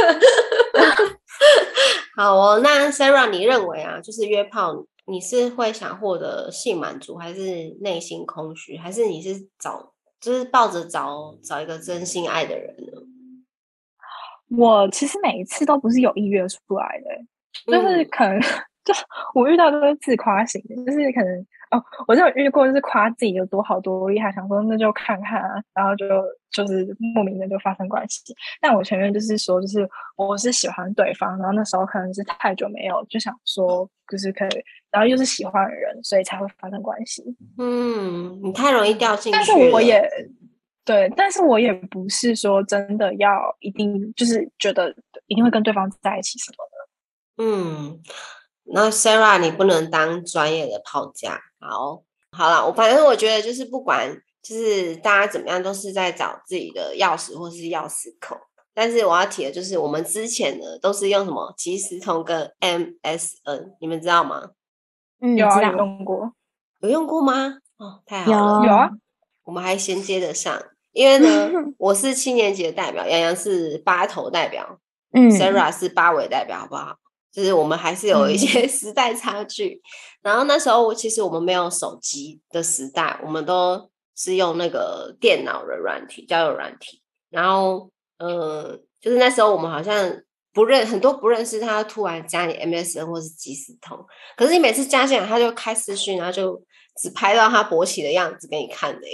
好那 Sarah 你认为啊，就是约炮你是会想获得性满足，还是内心空虚，还是你是就是抱着找一个真心爱的人呢？ 我其实每一次都不是有意约出来的，就是可能就我遇到都是自夸型的，就是可能我就有遇过，就是夸自己有多好多厉害，想说那就看看啊，然后就是莫名的就发生关系。但我前面就是说，就是我是喜欢对方，然后那时候可能是太久没有，就想说就是可以，然后又是喜欢的人，所以才会发生关系。 你太容易掉进去了。 但是我也不是说真的要一定就是觉得一定会跟对方在一起什么的。那 Sarah 你不能当专业的炮架。好啦，反正我觉得就是不管就是大家怎么样，都是在找自己的钥匙或是钥匙孔。但是我要提的就是我们之前呢都是用什么即时通跟 MSN， 你们知道吗？ 有啊，有用过。 有用过吗？太好了， 有啊， 我们还衔接得上。因为呢我是7年级的代表，洋洋是8头代表，Sarah 是8尾代表，好不好？就是我们还是有一些时代差距。然后那时候其实我们没有手机的时代，我们都是用那个电脑的软体，交友软体。然后就是那时候我们好像很多不认识他，突然加你 MSN 或是即时通，可是你每次加进来他就开视讯，然后就只拍到他勃起的样子给你看的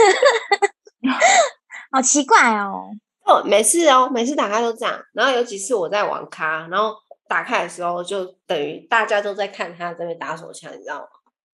好奇怪哦。 每次打开都这样。然后有几次我在网咖，然后打开的时候就等于大家都在看他在那边打手枪，你知道吗？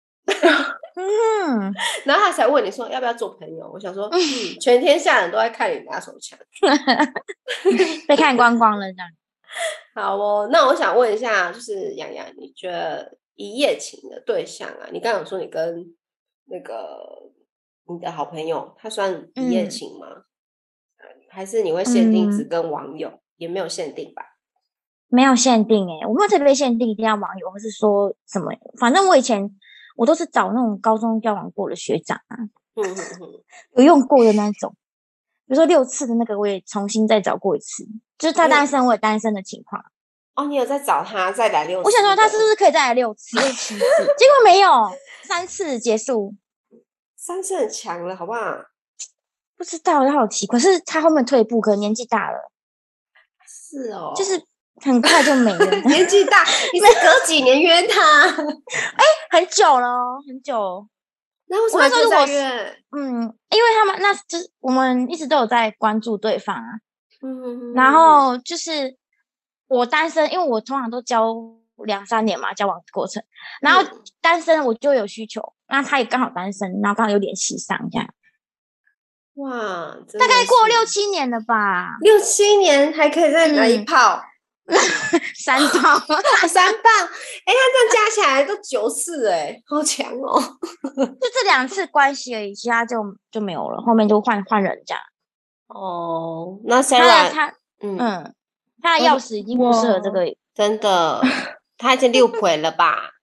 然后他才问你说要不要做朋友。我想说全天下人都在看你打手枪被看光光了这样。 好哦，那我想问一下，就是洋洋，你觉得一夜情的对象啊，你刚刚有说你跟那个你的好朋友，他算一夜情吗？还是你会限定只跟网友？也没有限定吧？ 没有限定我没有特别限定一定要网友，或是说什么，反正我以前我都是找那种高中交往过的学长啊，有用过的那种，比如说6次的那个，我也重新再找过一次，就是他单身，我也单身的情况。 你有在找他再来6次？ 我想说他是不是可以再来6次、6、7次，结果没有，3次结束。 3次很强了，好不好？ 不知道，他好奇，可是他后面退步，可能年纪大了。 是哦， 就是很快就没了。 年纪大，你是隔几年约他？ 很久了哦，很久。 那为什么就在约？ 因为他们那就是我们一直都有在关注对方啊。然后就是我单身，因为我通常都交2、3年嘛，交往过程。然后单身我就有需求，那他也刚好单身，然后刚好有联系上这样。 哇， 大概过6、7年了吧 ？6、7年还可以再来一炮 ，3炮 ，3炮，他这样加起来都9次好强哦！ 就这2次关系而已，其他就没有了，后面就换人这样。 那 Sarah 他的钥匙已经不适合这个， 真的，他已经6回了吧？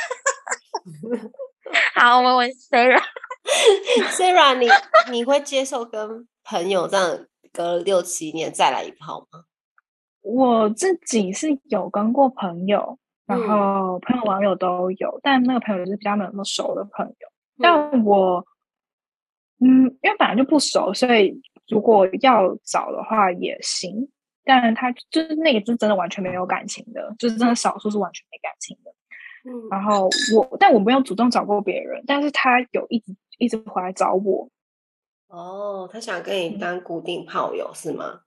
好，我问 Sarah， 你会接受跟朋友这样隔6、7年再来一炮吗？ 我自己是有跟过朋友，然后朋友网友都有，但那个朋友就是比较没有那么熟的朋友。但我因为本来就不熟，所以如果要找的话也行。但他就是那个，就是真的完全没有感情的，就是真的少数是完全没感情的。然后但我没有主动找过别人，但是他有一直回来找我。 他想跟你当固定炮友是吗？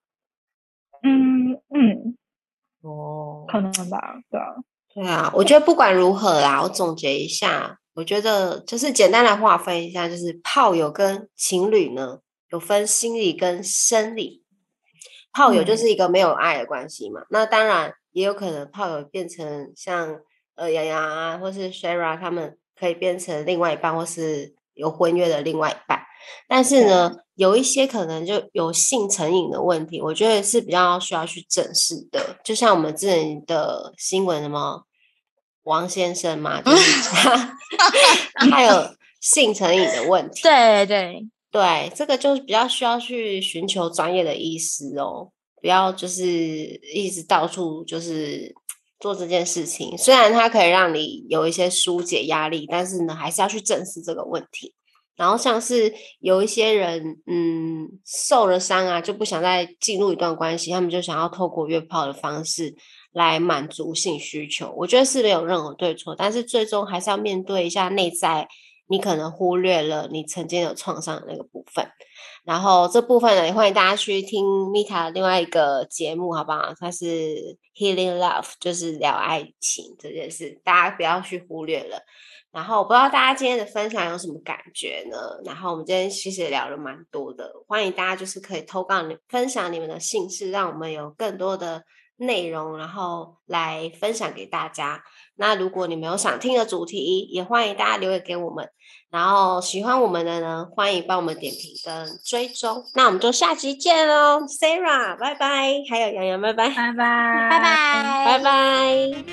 可能吧，对啊。 对啊，我觉得不管如何啦，我总结一下，我觉得就是简单来划分一下，就是炮友跟情侣呢有分心理跟生理。炮友就是一个没有爱的关系嘛，那当然也有可能炮友变成像洋洋啊，或是 Sarah 他们可以变成另外一半，或是有婚约的另外一半。但是呢，有一些可能就有性成瘾的问题，我觉得是比较需要去正视的。就像我们之前的新闻，什么王先生嘛，就是他有性成瘾的问题。对，这个就是比较需要去寻求专业的医师哦，不要就是一直到处就是做这件事情。虽然它可以让你有一些疏解压力，但是呢，还是要去正视这个问题。 然后像是有一些人，受了伤啊，就不想再进入一段关系，他们就想要透过约炮的方式来满足性需求。我觉得是没有任何对错，但是最终还是要面对一下内在，你可能忽略了你曾经有创伤的那个部分。然后这部分呢，也欢迎大家去听 Mita 另外一个节目，好不好？它是 Healing Love， 就是聊爱情这件事，大家不要去忽略了。然后我不知道大家今天的分享有什么感觉呢？然后我们今天其实也聊了蛮多的，欢迎大家就是可以投稿分享你们的姓氏，让我们有更多的内容，然后来分享给大家。那如果你们有想听的主题，也欢迎大家留言给我们。然后喜欢我们的呢，欢迎帮我们点评跟追踪。那我们就下集见喽 ，Sarah， 拜拜，还有洋洋，拜拜， 拜拜， 拜拜， 拜拜。